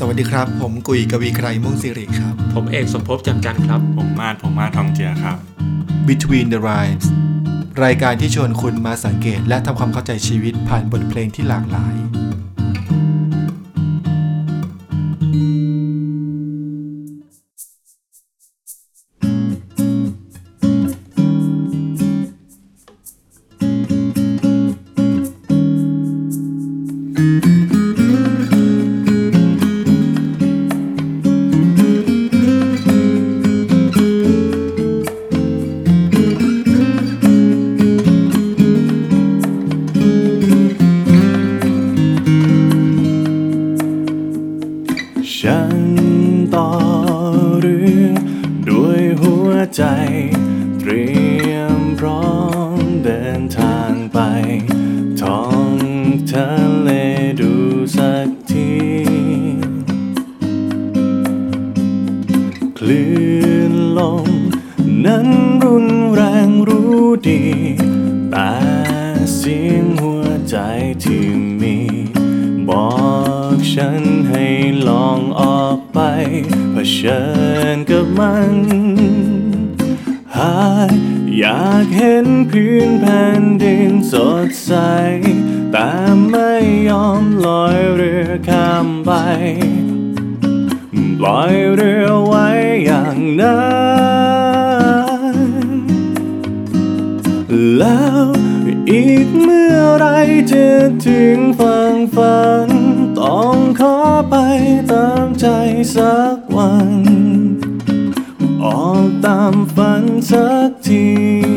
วัสดีครับผมกุยกวีไกรม่วงสิริครับผมเอกสมภพจันกันครับผมมาศทองเจือครับ Between the Rhymes รายการที่ชวนคุณมาสังเกตและทำความเข้าใจชีวิตผ่านบทเพลงที่หลากหลายใจเตรียมพร้อมเดินทางไปท่องทะเลดูสักทีคลื่นลมนั้นรุนแรงรู้ดีแต่เสียงหัวใจที่มีบอกฉันให้ลองออกไปเผชิญกับมันอยากเห็นพื้นแผ่นดินสดใสแต่ไม่ยอมลอยเรือข้ามไปปล่อยเรือไว้อย่างนั้นแล้วอีกเมื่อไรจะถึงฝั่งฝันต้องขอไปตามใจสักวันออกตามฝันสักที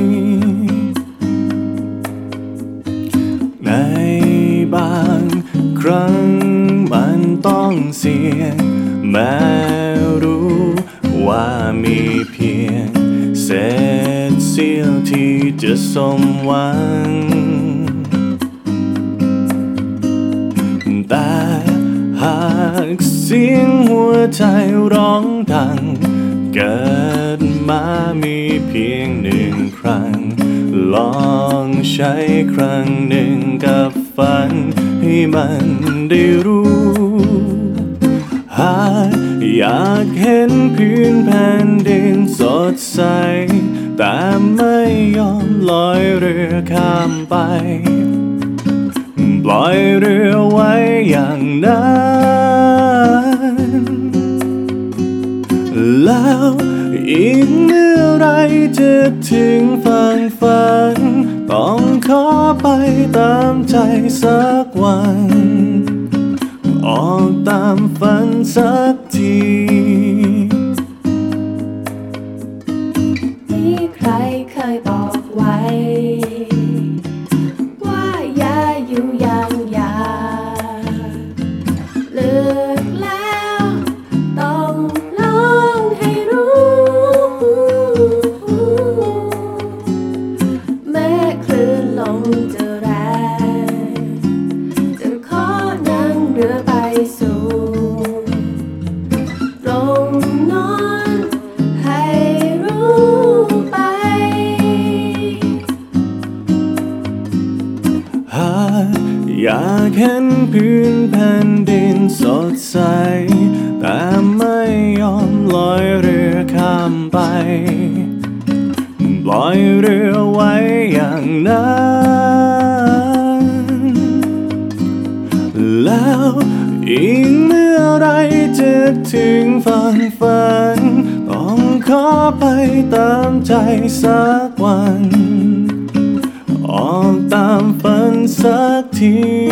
ในบางครั้งมันต้องเสี่ยงแม้รู้ว่ามีเพียงเศษเสี้ยวที่จะสมหวังแต่หากเสียงหัวใจร้องดังเกิดมามีเพียงหนึ่งครั้งลองใช้ครั้งหนึ่งกับฝันให้มันได้รู้อยากเห็นพื้นแผ่นดินสดใสแต่ไม่ยอมลอยเรือข้ามไปปล่อยเรือไว้อย่างนั้นแล้วอีกเมื่อไรจะถึงฝั่งฝันต้องขอไปตามใจสักวันออกตามฝันสักทีมีใครเคยบอกไว้ว่าอย่าอยู่อย่างอยากเลือกแล้วต้องลองให้รู้แม้คลื่นลมจะแรงจะขอนั่งเรือไปสู่ตรงโน้นให้รู้ไปอยากเห็นพื้นแผ่นดินสดใสแต่ไม่ยอมลอยเรือข้ามไปปล่อยเรือไว้อย่างนั้นแล้วอีกเมื่อไรจะถึงฝั่งฝันต้องขอไปตามใจสักวันออกตามฝันสักที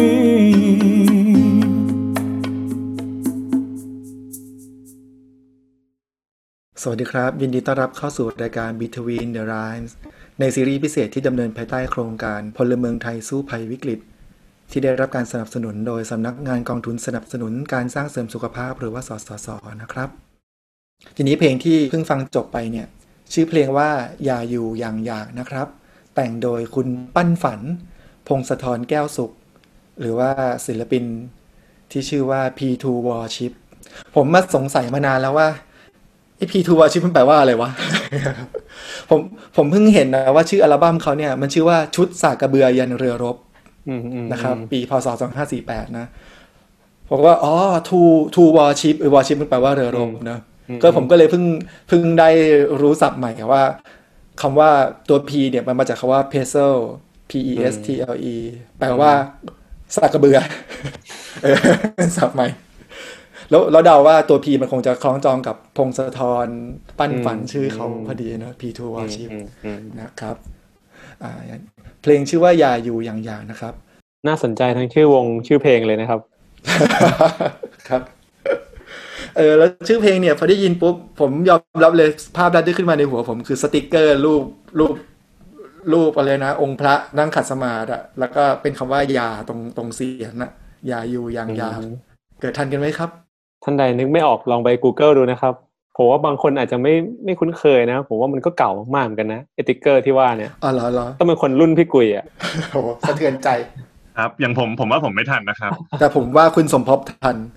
สวัสดีครับยินดีต้อนรับเข้าสู่รายการ Between the Rhymes ในซีรีส์พิเศษที่ดำเนินภายใต้โครงการพลเมืองไทยสู้ภัยวิกฤตที่ได้รับการสนับสนุนโดยสำนักงานกองทุนสนับสนุนการสร้างเสริมสุขภาพหรือว่าสสส.นะครับทีนี้เพลงที่เพิ่งฟังจบไปเนี่ยชื่อเพลงว่าอย่าอยู่อย่างอยากนะครับแต่งโดยคุณปั้นฝันพงศธรแก้วสุขหรือว่าศิลปินที่ชื่อว่า P2 Warship ผมมาสงสัยมานานแล้วว่าไอ้ P2 Warship มันแปลว่าอะไรวะ ผมเพิ่งเห็นนะว่าชื่ออัลบั้มเขาเนี่ยมันชื่อว่าชุดสากกระเบือยันเรือรบนะครับปีพ.ศ. 2548นะบอกว่าอ๋อ to warship warship มันแปลว่าเรือรบนะก็ผมก็เลยเพิ่งได้รู้ศัพท์ใหม่ว่าคำว่าตัว P เนี่ยมันมาจากคำว่า pestle P E S T L E แปลว่าสากกระเบือศัพท์ใหม่แล้วเดาว่าตัว P มันคงจะคล้องจองกับพงศธรปั้นฝันชื่อเขาพอดีนะ P to warship นะครับเพลงชื่อว่าอย่าอยู่อย่างนะครับน่าสนใจทั้งชื่อวงชื่อเพลงเลยนะครับครับแล้วชื่อเพลงเนี่ยพอได้ยินปุ๊บผมยอมรับเลยภาพแรกที่ขึ้นมาในหัวผมคือสติกเกอร์รูปอะไรนะองค์พระนั่งขัดสมาธิแล้วก็เป็นคำว่าอย่าตรงเสียงนะอย่าอยู่อย่างยาเกิดทันกันไหมครับท่านใดนึกไม่ออกลองไป Google ดูนะครับผมว่าบางคนอาจจะไม่คุ้นเคยนะผมว่ามันก็เก่ามากๆเหมือนกันนะสติกเกอร์ที่ว่าเนี่ยอ๋อเหรอต้องเป็นคนรุ่นพี่กุยอ่ะโหสะเทือนใจครับอย่างผมว่าผมไม่ทันนะครับแต่ผมว่าคุณสมภพทัน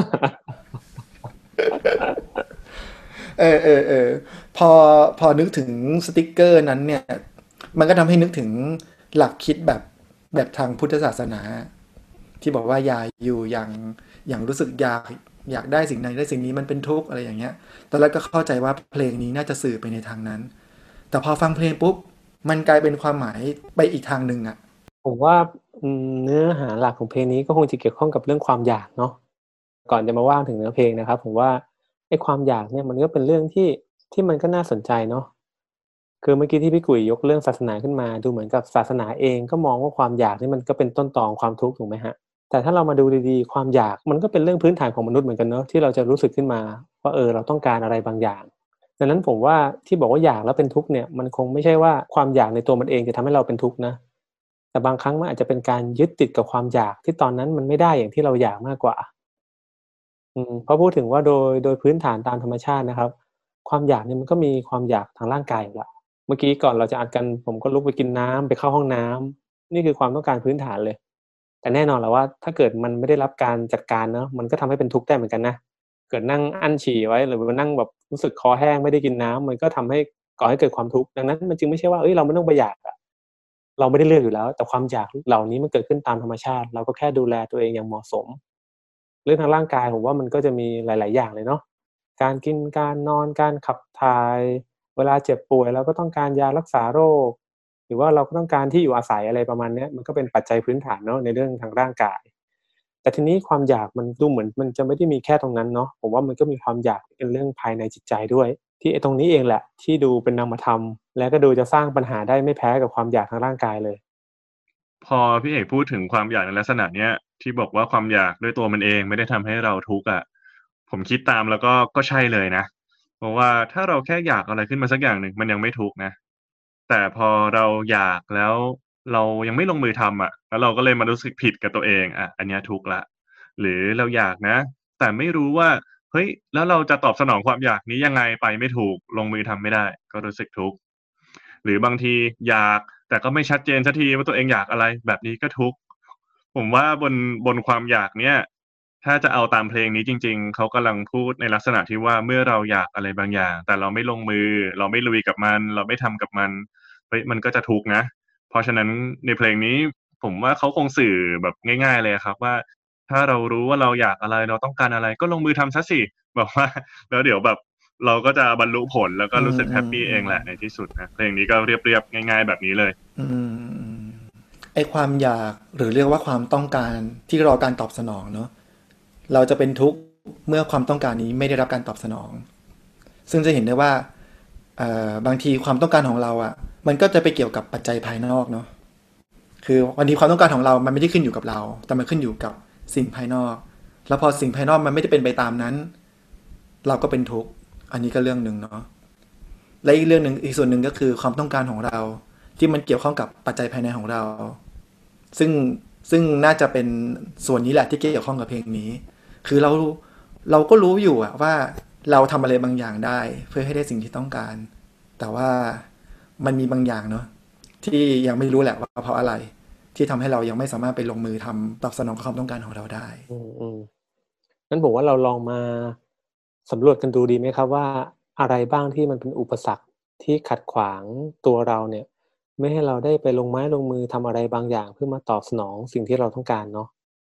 พอนึกถึงสติกเกอร์นั้นเนี่ยมันก็ทำให้นึกถึงหลักคิดแบบทางพุทธศาสนาที่บอกว่าอย่าอยู่อย่างรู้สึกอยากได้สิ่งใดได้สิ่งนี้มันเป็นทุกข์อะไรอย่างเงี้ยตอนแรกก็เข้าใจว่าเพลงนี้น่าจะสื่อไปในทางนั้นแต่พอฟังเพลงปุ๊บมันกลายเป็นความหมายไปอีกทางนึงอ่ะผมว่าเนื้อหาหลักของเพลงนี้ก็คงจะเกี่ยวข้องกับเรื่องความอยากเนาะก่อนจะมาว่าถึงเนื้อเพลงนะครับผมว่าไอ้ความอยากเนี่ยมันก็เป็นเรื่องที่มันก็น่าสนใจเนาะคือเมื่อกี้ที่พี่กุยยกเรื่องศาสนาขึ้นมาดูเหมือนกับศาสนาเองก็มองว่าความอยากนี่มันก็เป็นต้นตอของความทุกข์ถูกไหมฮะแต่ถ้าเรามาดูดีๆความอยากมันก็เป็นเรื่องพื้นฐานของมนุษย์เหมือนกันเนาะที่เราจะรู้สึกขึ้นมาว่าเราต้องการอะไรบางอย่างดังนั้นผมว่าที่บอกว่าอยากแล้วเป็นทุกข์เนี่ยมันคงไม่ใช่ว่าความอยากในตัวมันเองจะทำให้เราเป็นทุกข์นะแต่บางครั้งมันอาจจะเป็นการยึดติดกับความอยากที่ตอนนั้นมันไม่ได้อย่างที่เราอยากมากกว่าเพราะพูดถึงว่าโดยพื้นฐานตามธรรมชาตินะครับความอยากเนี่ยมันก็มีความอยากทางร่างกายอยู่แล้วเมื่อกี้ก่อนเราจะอัดกันผมก็ลุกไปกินน้ำไปเข้าห้องน้ำนี่คือความต้องการพื้นฐานเลยแต่แน่นอนแหละว่าถ้าเกิดมันไม่ได้รับการจัดการเนาะมันก็ทำให้เป็นทุกข์ได้เหมือนกันนะเกิดนั่งอั้นฉี่ไว้หรือว่านั่งแบบรู้สึกคอแห้งไม่ได้กินน้ำมันก็ทำให้ก่อให้เกิดความทุกข์ดังนั้นมันจึงไม่ใช่ว่าเราไม่ต้องไปอยากอะเราไม่ได้เลือกอยู่แล้วแต่ความอยากเหล่านี้มันเกิดขึ้นตามธรรมชาติเราก็แค่ดูแลตัวเองอย่างเหมาะสมเรื่องทางร่างกายผมว่ามันก็จะมีหลายๆอย่างเลยเนาะการกินการนอนการขับถ่ายเวลาเจ็บป่วยเราก็ต้องการยารักษาโรคหรือว่าเราก็ต้องการที่อยู่อาศัยอะไรประมาณนี้มันก็เป็นปัจจัยพื้นฐานเนาะในเรื่องทางร่างกายแต่ทีนี้ความอยากมันดูเหมือนมันจะไม่ได้มีแค่ตรงนั้นเนาะผมว่ามันก็มีความอยากเป็นเรื่องภายในจิตใจด้วยที่ตรงนี้เองแหละที่ดูเป็นนามธรรมและก็ดูจะสร้างปัญหาได้ไม่แพ้กับความอยากทางร่างกายเลยพอพี่เอกพูดถึงความอยากในลักษณะเนี้ยที่บอกว่าความอยากด้วยตัวมันเองไม่ได้ทำให้เราทุกข์อ่ะผมคิดตามแล้วก็ใช่เลยนะเพราะว่าถ้าเราแค่อยากอะไรขึ้นมาสักอย่างหนึ่งมันยังไม่ทุกข์นะแต่พอเราอยากแล้วเรายังไม่ลงมือทำอ่ะแล้วเราก็เลยมารู้สึกผิดกับตัวเองอ่ะอันเนี้ยทุกข์ละหรือเราอยากนะแต่ไม่รู้ว่าเฮ้ยแล้วเราจะตอบสนองความอยากนี้ยังไงไปไม่ถูกลงมือทำไม่ได้ก็รู้สึกทุกข์หรือบางทีอยากแต่ก็ไม่ชัดเจนสักทีว่าตัวเองอยากอะไรแบบนี้ก็ทุกข์ผมว่าบนความอยากเนี่ยถ้าจะเอาตามเพลงนี้จริงๆเขากำลังพูดในลักษณะที่ว่าเมื่อเราอยากอะไรบางอย่างแต่เราไม่ลงมือเราไม่ลุยกับมันเราไม่ทำกับมันเฮ้ยมันก็จะทุกข์นะเพราะฉะนั้นในเพลงนี้ผมว่าเขาคงสื่อแบบง่ายๆเลยครับว่าถ้าเรารู้ว่าเราอยากอะไรเราต้องการอะไรก็ลงมือทำซะสิแบบว่าแล้วเดี๋ยวแบบเราก็จะบรรลุผลแล้วก็รู้สึกแฮปปีเองแหละในที่สุดนะเพลงนี้ก็เรียบๆง่ายๆแบบนี้เลยไอความอยากหรือเรียกว่าความต้องการที่รอการตอบสนองเนาะเราจะเป็นทุกข์เมื่อความต้องการนี้ไม่ได้รับการตอบสนองซึ่งจะเห็นได้ว่าบางทีความต้องการของเราอ่ะมันก็จะไปเกี่ยวกับปัจจัยภายนอกเนาะคือวันนี้ความต้องการของเรามันไม่ได้ขึ้นอยู่กับเราแต่มันขึ้นอยู่กับสิ่งภายนอกแล้วพอสิ่งภายนอกมันไม่ได้เป็นไปตามนั้นเราก็เป็นทุกข์อันนี้ก็เรื่องนึงเนาะและอีกเรื่องนึงอีกส่วนหนึ่งก็คือความต้องการของเราที่มันเกี่ยวข้องกับปัจจัยภายในของเราซึ่งน่าจะเป็นส่วนนี้แหละที่เกี่ยวข้องกับเพลงนี้คือเราก็รู้อยู่อะว่าเราทำอะไรบางอย่างได้เพื่อให้ได้สิ่งที่ต้องการแต่ว่ามันมีบางอย่างเนาะที่ยังไม่รู้แหละว่าเพราะอะไรที่ทำให้เรายังไม่สามารถไปลงมือทำตอบสนองความต้องการของเราได้งั้นผมว่าเราลองมาสำรวจกันดูดีไหมครับว่าอะไรบ้างที่มันเป็นอุปสรรคที่ขัดขวางตัวเราเนี่ยไม่ให้เราได้ไปลงไม้ลงมือทำอะไรบางอย่างเพื่อมาตอบสนองสิ่งที่เราต้องการเนาะ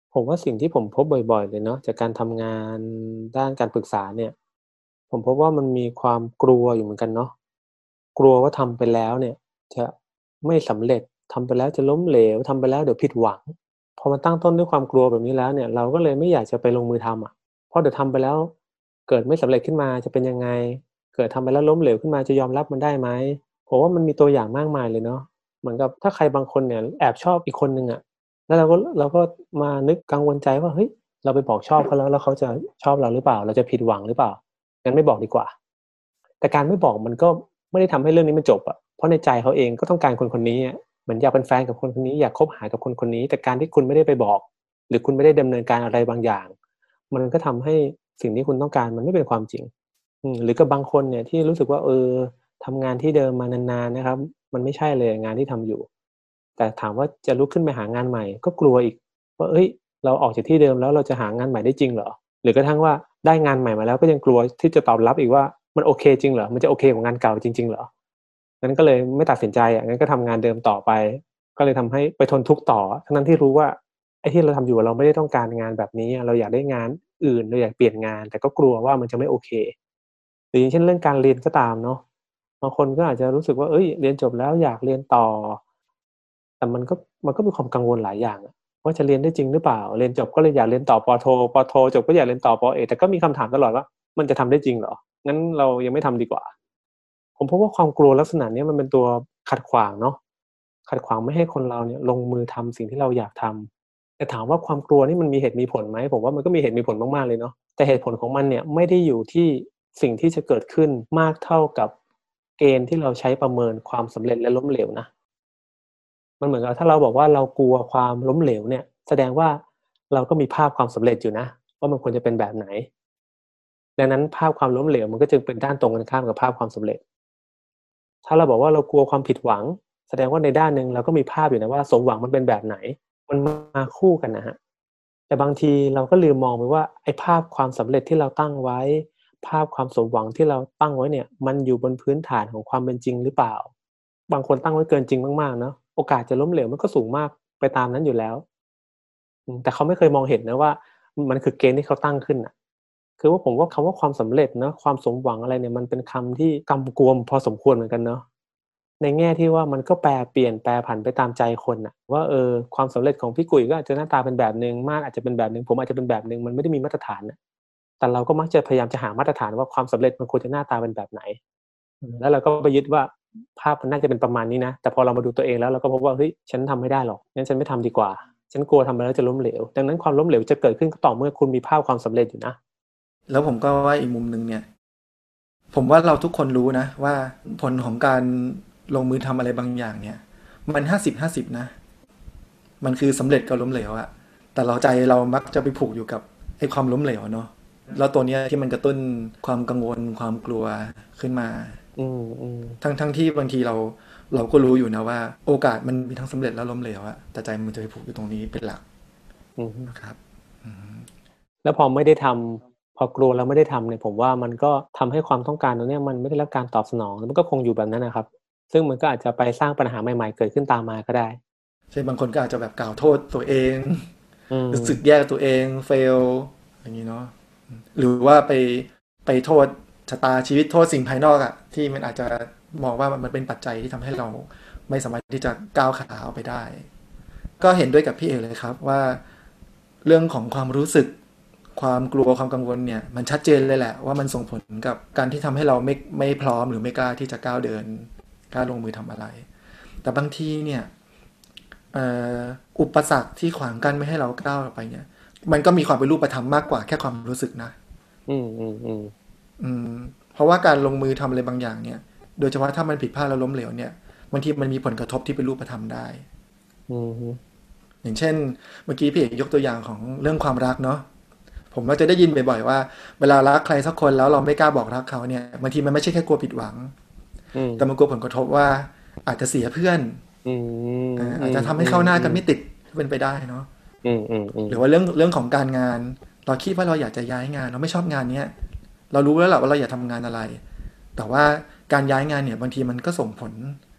ผมว่าสิ่งที่ผมพบบ่อยๆเลยเนาะจากการทำงานด้านการปรึกษาเนี่ยผมพบว่ามันมีความกลัวอยู่เหมือนกันเนาะกลัวว่าทำไปแล้วเนี่ยจะไม่สำเร็จทำไปแล้วจะล้มเหลวทำไปแล้วเดี๋ยวผิดหวังพอมันตั้งต้นด้วยความกลัวแบบนี้แล้วเนี่ยเราก็เลยไม่อยากจะไปลงมือทำอะเพราะเดี๋ยวทำไปแล้วเกิดไม่สำเร็จขึ้นมาจะเป็นยังไงเกิดทำไปแล้วล้มเหลวขึ้นมาจะยอมรับมันได้ไหมผมว่ามันมีตัวอย่างมากมายเลยเนาะเหมือนกับถ้าใครบางคนเนี่ยแอบชอบอีกคนหนึ่งอะ แล้วเราก็มานึกกังวลใจว่าเฮ้ยเราไปบอกชอบเขาแล้วเขาจะชอบเราหรือเปล่าเราจะผิดหวังหรือเปล่างั้นไม่บอกดีกว่าแต่การไม่บอกมันก็ไม่ได้ทำให้เรื่องนี้มันจบอะเพราะในใจเขาเองก็ต้องการคนคนนี้อะเหมือนอยากเป็นแฟนกับคนคนนี้อยากคบหากับคนคนนี้แต่การที่คุณไม่ได้ไปบอกหรือคุณไม่ได้ดำเนินการอะไรบางอย่างมันก็ทำให้สิ่งที่คุณต้องการมันไม่เป็นความจริงหรือกับบางคนเนี่ยที่รู้สึกว่าทำงานที่เดิมมานานๆนะครับมันไม่ใช่เลยงานที่ทำอยู่ แต่ถามว่าจะลุกขึ้นไปหางานใหม่ก็กลัวอีกว่าเฮ้ยเราออกจากที่เดิมแล้วเราจะหางานใหม่ได้จริงเหรอหรือกระทั่งว่าได้งานใหม่มาแล้วก็ยังกลัวที่จะตอบรับอีกว่ามันโอเคจริงเหรอมันจะโอเคกว่างานเก่าจริงๆเหรองั้นก็เลยไม่ตัดสินใจงั้นก็ทำงานเดิมต่อไปก็เลยทำให้ไปทนทุกข์ต่อทั้งๆที่รู้ว่าไอ้ที่เราทำอยู่เราไม่ได้ต้องการงานแบบนี้เราอยากได้งานอื่นเราอยากเปลี่ยนงานแต่ก็กลัวว่ามันจะไม่โอเคหรืออย่างเช่นเรื่องการเรียนก็ตามเนาะบางคนก็อาจจะรู้สึกว่าเฮ้ยเรียนจบแล้วอยากเรียนต่อ แต่มันก็มีความกังวลหลายอย่างอะว่าจะเรียนได้จริงหรือเปล่าเรียนจบก็เลยอยากเรียนต่อปโทปโทจบก็อยากเรียนต่อปเอกแต่ก็มีคำถามตลอดว่ามันจะทำได้จริงเหรองั้นเรายังไม่ทำดีกว่าผมพบว่าความกลัวลักษณะเนี้ยมันเป็นตัวขัดขวางเนาะขัดขวางไม่ให้คนเราเนี่ยลงมือทำสิ่งที่เราอยากทำแต่ถามว่าความกลัวนี่มันมีเหตุมีผลไหมผมว่ามันก็มีเหตุมีผลมากๆเลยเนาะแต่เหตุผลของมันเนี่ยไม่ได้อยู่ที่สิ่งที่จะเกิดขึ้นมากเท่ากับเกณฑ์ที่เราใช้ประเมินความสำเร็จและล้มเหลวนะ มันเหมือนกับถ้าเราบอกว่าเรากลัวความล้มเหลวเนี่ยแสดงว่าเราก็มีภาพความสำเร็จอยู่นะว่ามันควรจะเป็นแบบไหนดังนั้นภาพความล้มเหลวมันก็จึงเป็นด้านตรงกันข้ามกับภาพความสำเร็จถ้าเราบอกว่าเรากลัวความผิดหวังแสดงว่าในด้านหนึ่งเราก็มีภาพอยู่นะว่าสมหวังมันเป็นแบบไหนมันมาคู่กันนะฮะแต่บางทีเราก็ลืมมองไปว่าไอ้ภาพความสำเร็จที่เราตั้งไว้ภาพความสมหวังที่เราตั้งไว้เนี่ยมันอยู่บนพื้นฐานของความเป็นจริงหรือเปล่าบางคนตั้งไว้เกินจริงมากๆเนาะโอกาสจะล้มเหลวมันก็สูงมากไปตามนั้นอยู่แล้วแต่เขาไม่เคยมองเห็นนะว่ามันคือเกณฑ์ที่เขาตั้งขึ้นน่ะคือว่าผมว่าคำว่าความสำเร็จเนาะความสมหวังอะไรเนี่ยมันเป็นคำที่กำกวมพอสมควรเหมือนกันเนาะในแง่ที่ว่ามันก็แปรเปลี่ยนแปรผันไปตามใจคนน่ะว่าความสำเร็จของพี่กุ๋ยก็อาจจะหน้าตาเป็นแบบหนึ่งมาศอาจจะเป็นแบบหนึ่งผมอาจจะเป็นแบบหนึ่งมันไม่ได้มีมาตรฐานน่ะแต่เราก็มักจะพยายามจะหามาตรฐานว่าความสำเร็จมันควรจะหน้าตาเป็นแบบไหนแล้วเราก็ไปยึดว่า ภาพมันน่าจะเป็นประมาณนี้นะแต่พอเรามาดูตัวเองแล้วเราก็พบว่าเฮ้ยฉันทำไม่ได้หรอกงั้นฉันไม่ทำดีกว่าฉันกลัวทำไปแล้วจะล้มเหลวดังนั้นความล้มเหลวจะเกิดขึ้นก็ต่อเมื่อคุณมีภาพความสำเร็จอยู่นะแล้วผมก็ว่าอีกมุมนึงเนี่ยผมว่าเราทุกคนรู้นะว่าผลของการลงมือทำอะไรบางอย่างเนี่ยมัน50-50นะมันคือสำเร็จกับล้มเหลวอะแต่เราใจเรามักจะไปผูกอยู่กับไอ้ความล้มเหลวเนาะแล้วตัวเนี้ยที่มันกระตุ้นความกังวลความกลัวขึ้นมาทั้งที่บางทีเราก็รู้อยู่นะว่าโอกาสมันมีทั้งสำเร็จและล้มเหลวอะแต่ใจมันจะไปผูกอยู่ตรงนี้เป็นหลักนะครับแล้วพอไม่ได้ทำพอกลัวแล้วไม่ได้ทำเนี่ยผมว่ามันก็ทำให้ความต้องการตรงนี้มันไม่ได้รับการตอบสนองมันก็คงอยู่แบบนั้นนะครับซึ่งมันก็อาจจะไปสร้างปัญหาใหม่ๆเกิดขึ้นตามมาก็ได้ใช่บางคนก็อาจจะแบบกล่าวโทษตัวเองรู้สึกแย่ตัวเองเฟลอย่างนี้เนาะหรือว่าไปโทษชะตาชีวิตโทษสิ่งภายนอกอะที่มันอาจจะมองว่ามันเป็นปัจจัยที่ทำให้เราไม่สามารถที่จะก้าวขาออกไปได้ก็เห็นด้วยกับพี่เอกเลยครับว่าเรื่องของความรู้สึกความกลัวความกังวลเนี่ยมันชัดเจนเลยแหละว่ามันส่งผลกับการที่ทำให้เราไม่พร้อมหรือไม่กล้าที่จะก้าวเดินกล้าลงมือทำอะไรแต่บางทีเนี่ยอุปสรรคที่ขวางกั้นไม่ให้เราก้าวออกไปเนี่ยมันก็มีความเป็นรูปธรรมมากกว่าแค่ความรู้สึกนะเพราะว่าการลงมือทำอะไรบางอย่างเนี่ยโดยเฉพาะถ้ามันผิดพลาดแล้วล้มเหลวเนี่ยบางทีมันมีผลกระทบที่เป็นรูปธรรมได้อย่างเช่นเมื่อกี้พี่เอกยกตัวอย่างของเรื่องความรักเนาะผมก็จะได้ยินบ่อยๆว่าเวลารักใครสักคนแล้วเราไม่กล้าบอกรักเขาเนี่ยบางทีมันไม่ใช่แค่กลัวผิดหวังแต่มันกลัวผลกระทบว่าอาจจะเสียเพื่อนอาจจะทำให้เข้าหน้ากันไม่ติดเป็นไปได้เนาะหรือว่าเรื่องของการงานเราคิดว่าเราอยากจะย้ายงานเราไม่ชอบงานเนี้ยเรารู้แล้วแหละว่าเราอยากทำงานอะไรแต่ว่าการย้ายงานเนี่ยบางทีมันก็ส่งผล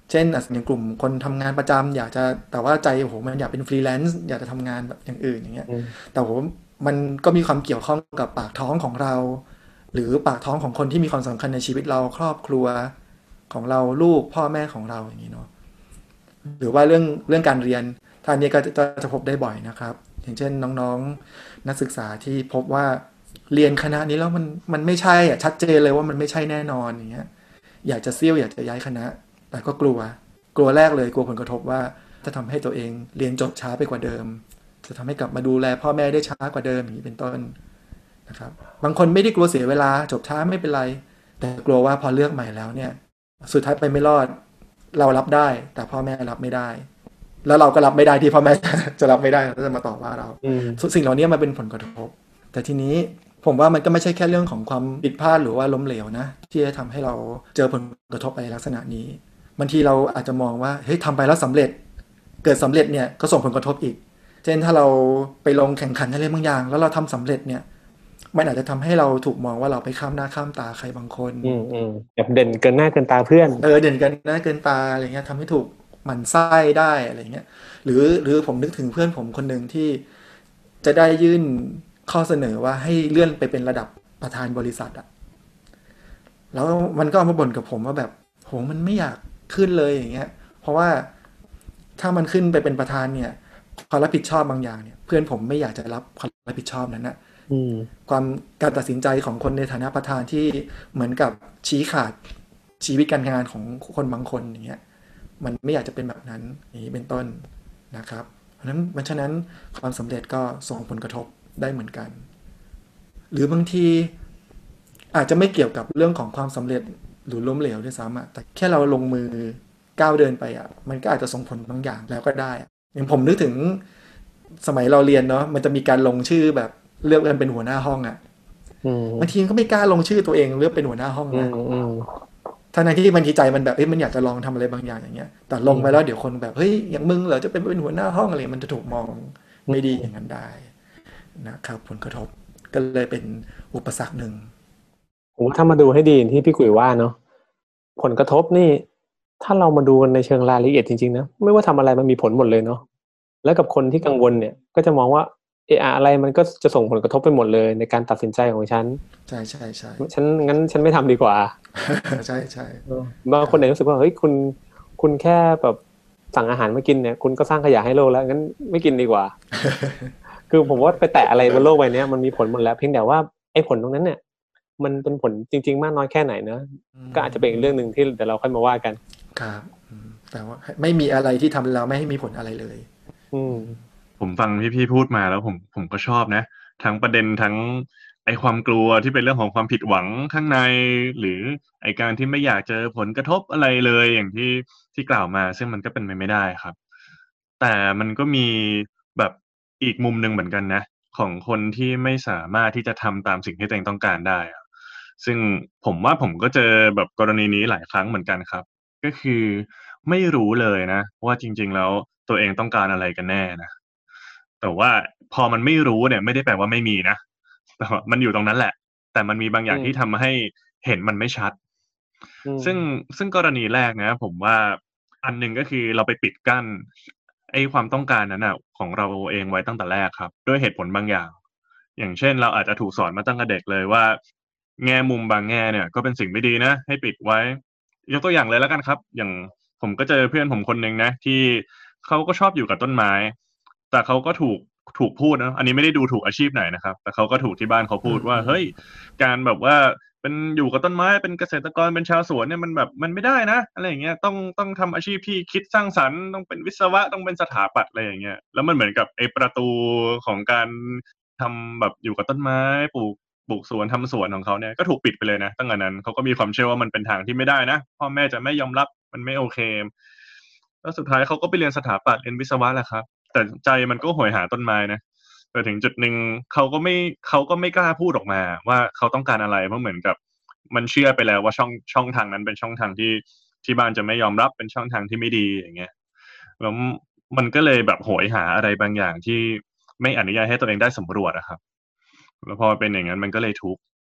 เช่นอย่างกลุ่มคนทำงานประจำอยากจะแต่ว่าใจโอ้โหมันอยากเป็นฟรีแลนซ์อยากจะทำงานแบบอย่างอื่นอย่างเงี้ยแต่ผมมันก็มีความเกี่ยวข้องกับปากท้องของเราหรือปากท้องของคนที่มีความสำคัญในชีวิตเราครอบครัวของเราลูกพ่อแม่ของเราอย่างนี้เนาะหรือว่าเรื่องการเรียนท่านนี้ก็จะพบได้บ่อยนะครับอย่างเช่นน้องๆนักศึกษาที่พบว่าเรียนคณะนี้แล้วมันไม่ใช่อ่ะชัดเจนเลยว่ามันไม่ใช่แน่นอนอย่างเงี้ยอยากจะเซี่ยวอยากจะย้ายคณะแต่ก็กลัวแรกเลยกลัวผลกระทบว่าจะทำให้ตัวเองเรียนจบช้าไปกว่าเดิมจะทำให้กลับมาดูแลพ่อแม่ได้ช้ากว่าเดิมอย่างนี้เป็นต้นนะครับบางคนไม่ได้กลัวเสียเวลาจบช้าไม่เป็นไรแต่กลัวว่าพอเลือกใหม่แล้วเนี่ยสุดท้ายไปไม่รอดเรารับได้แต่พ่อแม่รับไม่ได้แล้วเราก็รับไม่ได้ที่พ่อแม่จะรับไม่ได้ก็จะมาต่อว่าเราสิ่งเหล่านี้มันเป็นผลกระทบแต่ทีนี้ผมว่ามันก็ไม่ใช่แค่เรื่องของความผิดพลาดหรือว่าล้มเหลวนะที่จะทำให้เราเจอผลกระทบในลักษณะนี้บางทีเราอาจจะมองว่าเฮ้ยทำไปแล้วสำเร็จเกิดสำเร็จเนี่ยก็ส่งผลกระทบอีกเช่นถ้าเราไปลงแข่งขันอะไรบางอย่างแล้วเราทำสำเร็จเนี่ยมันอาจจะทำให้เราถูกมองว่าเราไปข้ามหน้าข้ามตาใครบางคนแบบเด่นเกินหน้าเกินตาเพื่อนเด่นเกินหน้าเกินตาอะไรเงี้ยทำให้ถูกหมั่นไส้ได้อะไรเงี้ยหรือผมนึกถึงเพื่อนผมคนหนึ่งที่จะได้ยื่นข้อเสนอว่าให้เลื่อนไปเป็นระดับประธานบริษัทอะแล้วมันก็เอามาบ่นกับผมว่าแบบโหมันไม่อยากขึ้นเลยอย่างเงี้ยเพราะว่าถ้ามันขึ้นไปเป็นประธานเนี่ยความรับผิดชอบบางอย่างเนี่ยเพื่อนผมไม่อยากจะรับความรับผิดชอบนั้นนะความการตัดสินใจของคนในฐานะประธานที่เหมือนกับชี้ขาดชีวิตการงานของคนบางคนอย่างเงี้ยมันไม่อยากจะเป็นแบบนั้นอย่างนี้เป็นต้นนะครับเพราะฉะนั้นความสำเร็จก็ส่งผลกระทบได้เหมือนกันหรือบางทีอาจจะไม่เกี่ยวกับเรื่องของความสำเร็จหรือล้มเหลวด้วยซ้ำแต่แค่เราลงมือก้าวเดินไปมันก็อาจจะส่งผลบางอย่างแล้วก็ได้อย่างผมนึกถึงสมัยเราเรียนเนาะมันจะมีการลงชื่อแบบเลือกกันเป็นหัวหน้าห้องบางทีก็ไม่กล้าลงชื่อตัวเองเลือกเป็นหัวหน้าห้องนะทั้งที่บางทีใจมันแบบมันอยากจะลองทำอะไรบางอย่างอย่างเงี้ยแต่ลงไปแล้วเดี๋ยวคนแบบเฮ้ยอย่างมึงเหรอจะเป็นหัวหน้าห้องอะไรมันจะถูกมองไม่ดีอย่างนั้นได้นะครับผลกระทบก็เลยเป็นอุปสรรคหนึ่งผมว่าถ้ามาดูให้ดีที่พี่กุยว่าเนาะผลกระทบนี่ถ้าเรามาดูกันในเชิงรายละเอียดจริงๆนะไม่ว่าทำอะไรมันมีผลหมดเลยเนาะแล้วกับคนที่กังวลเนี่ยก็จะมองว่าอะไรมันก็จะส่งผลกระทบไปหมดเลยในการตัดสินใจของฉันใช่ใช่ใช่ฉันไม่ทำดีกว่าใช่ใช่บางคนเนี่ยรู้สึกว่าเฮ้ยคุณแค่แบบสั่งอาหารมากินเนี่ยคุณก็สร้างขยะให้โลกแล้วงั้นไม่กินดีกว่า คือผมว่าไปแตะอะไรบนโลกใบนี้มันมีผลหมดแล้วเพียงแต่ว่าไอ้ผลตรงนั้นเนี่ยมันเป็นผลจริงๆมากน้อยแค่ไหนเนอะก็อาจจะเป็นเรื่องนึงที่เดี๋ยวเราค่อยมาว่ากันครับแต่ว่าไม่มีอะไรที่ทำแล้วไม่ให้มีผลอะไรเลยผมฟังพี่พูดมาแล้วผมก็ชอบนะทั้งประเด็นทั้งไอความกลัวที่เป็นเรื่องของความผิดหวังข้างในหรือไอการที่ไม่อยากเจอผลกระทบอะไรเลยอย่างที่กล่าวมาซึ่งมันก็เป็นไปไม่ได้ครับแต่มันก็มีแบบอีกมุมหนึ่งเหมือนกันนะของคนที่ไม่สามารถที่จะทำตามสิ่งที่ตัวเองต้องการได้ซึ่งผมว่าผมก็เจอแบบกรณีนี้หลายครั้งเหมือนกันครับก็คือไม่รู้เลยนะว่าจริงๆแล้วตัวเองต้องการอะไรกันแน่นะแต่ว่าพอมันไม่รู้เนี่ยไม่ได้แปลว่าไม่มีนะแต่มันอยู่ตรงนั้นแหละแต่มันมีบางอย่างที่ทำให้เห็นมันไม่ชัดซึ่งกรณีแรกนะผมว่าอันหนึ่งก็คือเราไปปิดกั้นไอ้ความต้องการนั้นของเราเองไว้ตั้งแต่แรกครับด้วยเหตุผลบางอย่างอย่างเช่นเราอาจจะถูกสอนมาตั้งแต่เด็กเลยว่าแง่มุมบางแง่เนี่ยก็เป็นสิ่งไม่ดีนะให้ปิดไว้ยกตัวอย่างเลยแล้วกันครับอย่างผมก็เจอเพื่อนผมคนหนึ่งนะที่เขาก็ชอบอยู่กับต้นไม้แต่เขาก็ถูกพูดนะอันนี้ไม่ได้ดูถูกอาชีพไหนนะครับแต่เขาก็ถูกที่บ้านเขาพูดว่าเฮ้ยการแบบว่าเป็นอยู่กับต้นไม้เป็นเกษตรกรเป็นชาวสวนเนี่ยมันแบบมันไม่ได้นะอะไรอย่างเงี้ยต้องทำอาชีพที่คิดสร้างสรรค์ต้องเป็นวิศวะต้องเป็นสถาปัตย์อะไรอย่างเงี้ยแล้วมันเหมือนกับไอ้ประตูของการทำแบบอยู่กับต้นไม้ปลูกสวนทำสวนของเขาเนี่ยก็ถูกปิดไปเลยนะตั้งแต่นั้นเขาก็มีความเชื่อว่ามันเป็นทางที่ไม่ได้นะพ่อแม่จะไม่ยอมรับมันไม่โอเคแล้วสุดท้ายเขาก็ไปเรียนสถาปัตย์เรียนวิศวะแหละครับแต่ใจมันก็โหยหาต้นไม้นะไปถึงจุดหนึ่งเขาก็ไม่กล้าพูดออกมาว่าเขาต้องการอะไรเพราะเหมือนกับมันเชื่อไปแล้วว่าช่องทางนั้นเป็นช่องทางที่บ้านจะไม่ยอมรับเป็นช่องทางที่ไม่ดีอย่างเงี้ยแล้วมันก็เลยแบบโหยหาอะไรบางอย่างที่ไม่อนุญาตให้ตัวเองได้สำรวจอะครับแล้วพอเป็นอย่างนั้นมันก็เลยทุกข์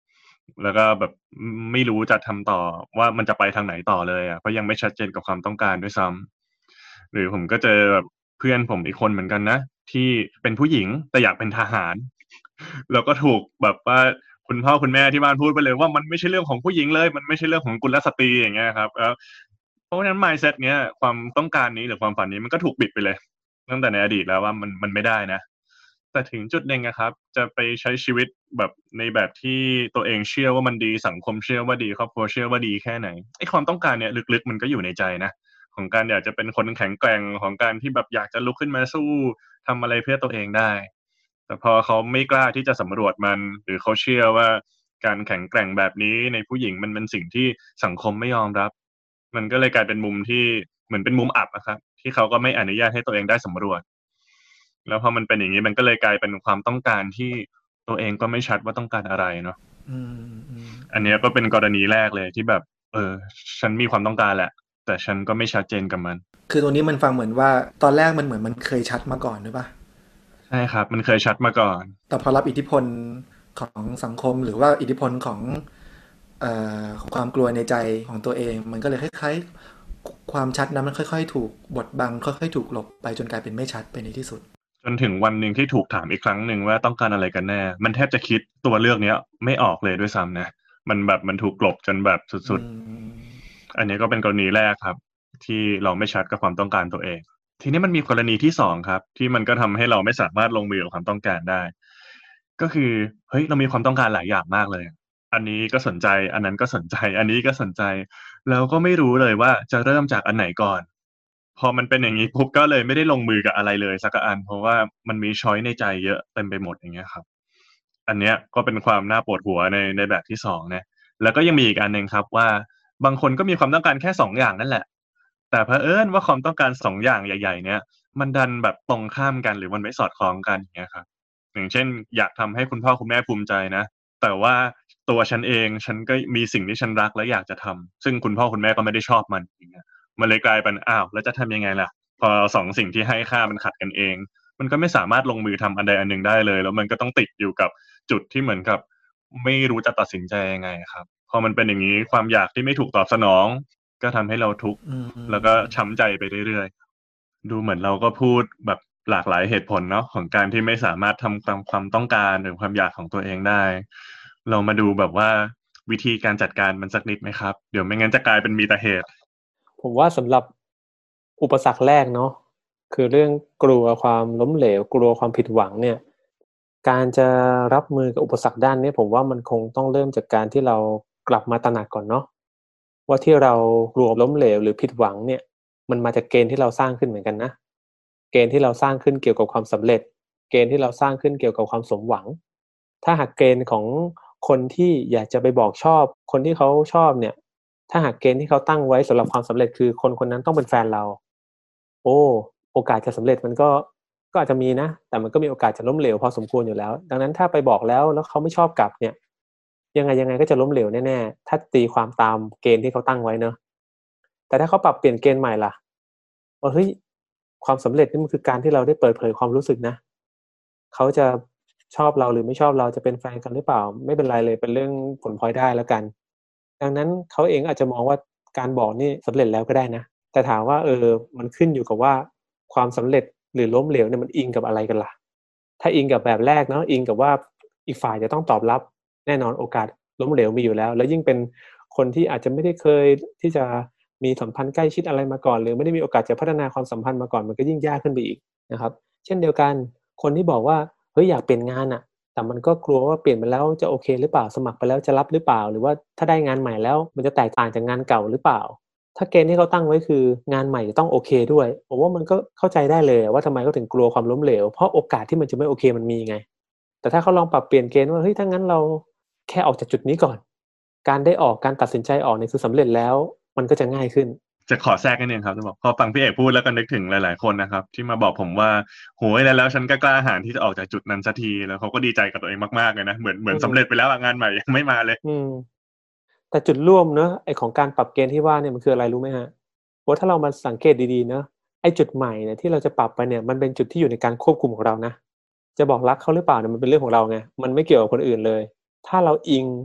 แล้วก็แบบไม่รู้จะทำต่อว่ามันจะไปทางไหนต่อเลยเพราะยังไม่ชัดเจนกับความต้องการด้วยซ้ำหรือผมก็เจอแบบเพื่อนผมอีกคนเหมือนกันนะที่เป็นผู้หญิงแต่อยากเป็นทหารแล้วก็ถูกแบบว่าคุณพ่อคุณแม่ที่บ้านพูดไปเลยว่ามันไม่ใช่เรื่องของผู้หญิงเลยมันไม่ใช่เรื่องของกุลสตรีอย่างเงี้ยครับแล้วเพราะฉะนั้น mindset เนี้ยความต้องการนี้หรือความฝันนี้มันก็ถูกปิดไปเลยตั้งแต่ในอดีตแล้วว่ามันไม่ได้นะแต่ถึงจุดหนึ่งครับจะไปใช้ชีวิตแบบในแบบที่ตัวเองเชื่อว่ามันดีสังคมเชื่อว่าดีครอบครัวเชื่อว่าดีแค่ไหนไอ้ความต้องการเนี่ยลึกๆมันก็อยู่ในใจนะของการอยากจะเป็นคนแข็งแกร่งของการที่แบบอยากจะลุกขึ้นมาสู้ทำอะไรเพื่อตัวเองได้แต่พอเขาไม่กล้าที่จะสำรวจมันหรือเขาเชื่อว่าการแข็งแกร่งแบบนี้ในผู้หญิงมันเป็นสิ่งที่สังคมไม่ยอมรับมันก็เลยกลายเป็นมุมที่เหมือนเป็นมุมอับนะครับที่เขาก็ไม่อนุญาตให้ตัวเองได้สำรวจแล้วพอมันเป็นอย่างนี้มันก็เลยกลายเป็นความต้องการที่ตัวเองก็ไม่ชัดว่าต้องการอะไรเนาะอันนี้ก็เป็นกรณีแรกเลยที่แบบฉันมีความต้องการแหละแต่ฉันก็ไม่ชัดเจนกับมันคือตัวนี้มันฟังเหมือนว่าตอนแรกมันเหมือนมันเคยชัดมาก่อนหรือเปล่าใช่ครับมันเคยชัดมาก่อนแต่พอรับอิทธิพลของสังคมหรือว่าอิทธิพลของความกลัวในใจของตัวเองมันก็เลยคล้ายๆความชัดนั้นมันค่อยๆถูกบดบังค่อยๆถูกหลบไปจนกลายเป็นไม่ชัดไปในที่สุดจนถึงวันหนึ่งที่ถูกถามอีกครั้งหนึ่งว่าต้องการอะไรกันแน่มันแทบจะคิดตัวเลือกนี้ไม่ออกเลยด้วยซ้ำนะมันแบบมันถูกกลบจนแบบสุดๆอันนี้ก็เป็นกรณีแรกครับที่เราไม่ชัดกับความต้องการตัวเองทีนี้มันมีกรณีที่สองครับที่มันก็ทำให้เราไม่สามารถลงมือกับความต้องการได้ก็คือเฮ้ยเรามีความต้องการหลายอย่างมากเลยอันนี้ก็สนใจอันนั้นก็สนใจอันนี้ก็สนใจแล้วก็ไม่รู้เลยว่าจะเริ่มจากอันไหนก่อนพอมันเป็นอย่างนี้ปุ๊บก็เลยไม่ได้ลงมือกับอะไรเลยสักอันเพราะว่ามันมีช้อยในใจเยอะเต็มไปหมดอย่างเงี้ยครับอันเนี้ยก็เป็นความน่าปวดหัวในแบบที่สองนะแล้วก็ยังมีอีกอันหนึ่งครับว่าบางคนก็มีความต้องการแค่สองอย่างนั่นแหละแต่เผอิญว่าความต้องการสองอย่างใหญ่ๆเนี้ยมันดันแบบตรงข้ามกันหรือมันไม่สอดคล้องกันอย่างเงี้ยครับอย่างเช่นอยากทำให้คุณพ่อคุณแม่ภูมิใจนะแต่ว่าตัวฉันเองฉันก็มีสิ่งที่ฉันรักและอยากจะทำซึ่งคุณพ่อคุณแม่ก็ไม่ได้ชอบมันอย่างเงี้ยมันเลยกลายเป็นอ้าวแล้วจะทำยังไงล่ะพอสองสิ่งที่ให้ค่ามันขัดกันเองมันก็ไม่สามารถลงมือทำอันใดอันหนึ่งได้เลยแล้วมันก็ต้องติดอยู่กับจุดที่เหมือนกับไม่รู้จะตัดสินใจยังไงครับพอมันเป็นอย่างนี้ความอยากที่ไม่ถูกตอบสนองก็ทำให้เราทุกข์แล้วก็ช้ำใจไปเรื่อยๆดูเหมือนเราก็พูดแบบหลากหลายเหตุผลเนาะของการที่ไม่สามารถทำตามความต้องการหรือความอยากของตัวเองได้เรามาดูแบบว่าวิธีการจัดการมันสักนิดไหมครับเดี๋ยวไม่งั้นจะกลายเป็นมีแต่เหตุผมว่าสำหรับอุปสรรคแรกเนาะคือเรื่องกลัวความล้มเหลวกลัวความผิดหวังเนี่ยการจะรับมือกับอุปสรรคด้านนี้ผมว่ามันคงต้องเริ่มจากการที่เรากลับมาตระหนักก่อนเนาะว่าที่เรากลัวล้มเหลวหรือผิดหวังเนี่ยมันมาจากเกณฑ์ที่เราสร้างขึ้นเหมือนกันนะเกณฑ์ที่เราสร้างขึ้นเกี่ยวกับความสำเร็จเกณฑ์ที่เราสร้างขึ้นเกี่ยวกับความสมหวังถ้าหากเกณฑ์ของคนที่อยากจะไปบอกชอบคนที่เขาชอบเนี่ยถ้าหากเกณฑ์ที่เขาตั้งไว้สำหรับความสำเร็จคือคนคนนั้นต้องเป็นแฟนเราโอ้โอกาสจะสำเร็จมันก็อาจจะมีนะแต่มันก็มีโอกาสจะล้มเหลวพอสมควรอยู่แล้วดังนั้นถ้าไปบอกแล้วเขาไม่ชอบกลับเนี่ยยังไงก็จะล้มเหลวแน่ๆถ้าตีความตามเกณฑ์ที่เขาตั้งไว้เนอะแต่ถ้าเขาปรับเปลี่ยนเกณฑ์ใหม่ล่ะว่าเฮ้ยความสำเร็จนี่มันคือการที่เราได้เปิดเผยความรู้สึกนะเขาจะชอบเราหรือไม่ชอบเราจะเป็นแฟนกันหรือเปล่าไม่เป็นไรเลยเป็นเรื่องผลพลอยได้แล้วกันดังนั้นเขาเองอาจจะมองว่าการบอกนี่สำเร็จแล้วก็ได้นะแต่ถามว่ามันขึ้นอยู่กับว่าความสำเร็จหรือล้มเหลวเนี่ยมันอิงกับอะไรกันล่ะถ้าอิงกับแบบแรกเนาะอิงกับว่าอีกฝ่ายจะต้องตอบรับแน่นอนโอกาสล้มเหลวมีอยู่แล้วแล้วยิ่งเป็นคนที่อาจจะไม่ได้เคยที่จะมีสัมพันธ์ใกล้ชิดอะไรมาก่อนหรือไม่ได้มีโอกาสจะพัฒนาความสัมพันธ์มาก่อนมันก็ยิ่งยากขึ้นไปอีกนะครับเช่นเดียวกันคนที่บอกว่าเฮ้ยอยากเปลี่ยนงานอะแต่มันก็กลัวว่าเปลี่ยนไปแล้วจะโอเคหรือเปล่าสมัครไปแล้วจะรับหรือเปล่าหรือว่าถ้าได้งานใหม่แล้วมันจะแตกต่างจากงานเก่าหรือเปล่าถ้าเกณฑ์ที่เขาตั้งไว้คืองานใหม่จะต้องโอเคด้วยผมว่ามันก็เข้าใจได้เลยว่าทำไมเขาถึงกลัวความล้มเหลวเพราะโอกาสที่มันจะไม่โอเคมันมีไงแต่ถ้าเขาลองปรับเปลี่ยนเกณฑ์ว่าเฮ้ยถ้างั้นเราแค่ออกจากจุดนี้ก่อนการได้ออกการตัดสินใจออกเนี่ยคือสำเร็จแล้วมันก็จะง่ายขึ้นจะขอแทรกนิดนึงครับจะบอกพอฟังพี่เอกพูดแล้วก็นึกถึงหลายๆคนนะครับที่มาบอกผมว่าโหยแล้วฉันก็กล้าหาญที่จะออกจากจุดนั้นสักทีแล้วเขาก็ดีใจกับตัวเองมากๆเลยนะเหมือนสำเร็จไปแล้วงานใหม่ยังไม่มาเลยแต่จุดร่วมเนอะไอของการปรับเกณฑ์ที่ว่าเนี่ยมันคืออะไรรู้ไหมฮะเพราะถ้าเรามาสังเกตดีๆเนอะไอจุดใหม่เนี่ยที่เราจะปรับไปเนี่ยมันเป็นจุดที่อยู่ในการควบคุมของเรานะจะบอกรักเขาหรือเปล่าเนี่ยมันเป็นเรื่องของเราไงมันไม่เกี่ยวกับคนอื่นเลยถ้าเราอิง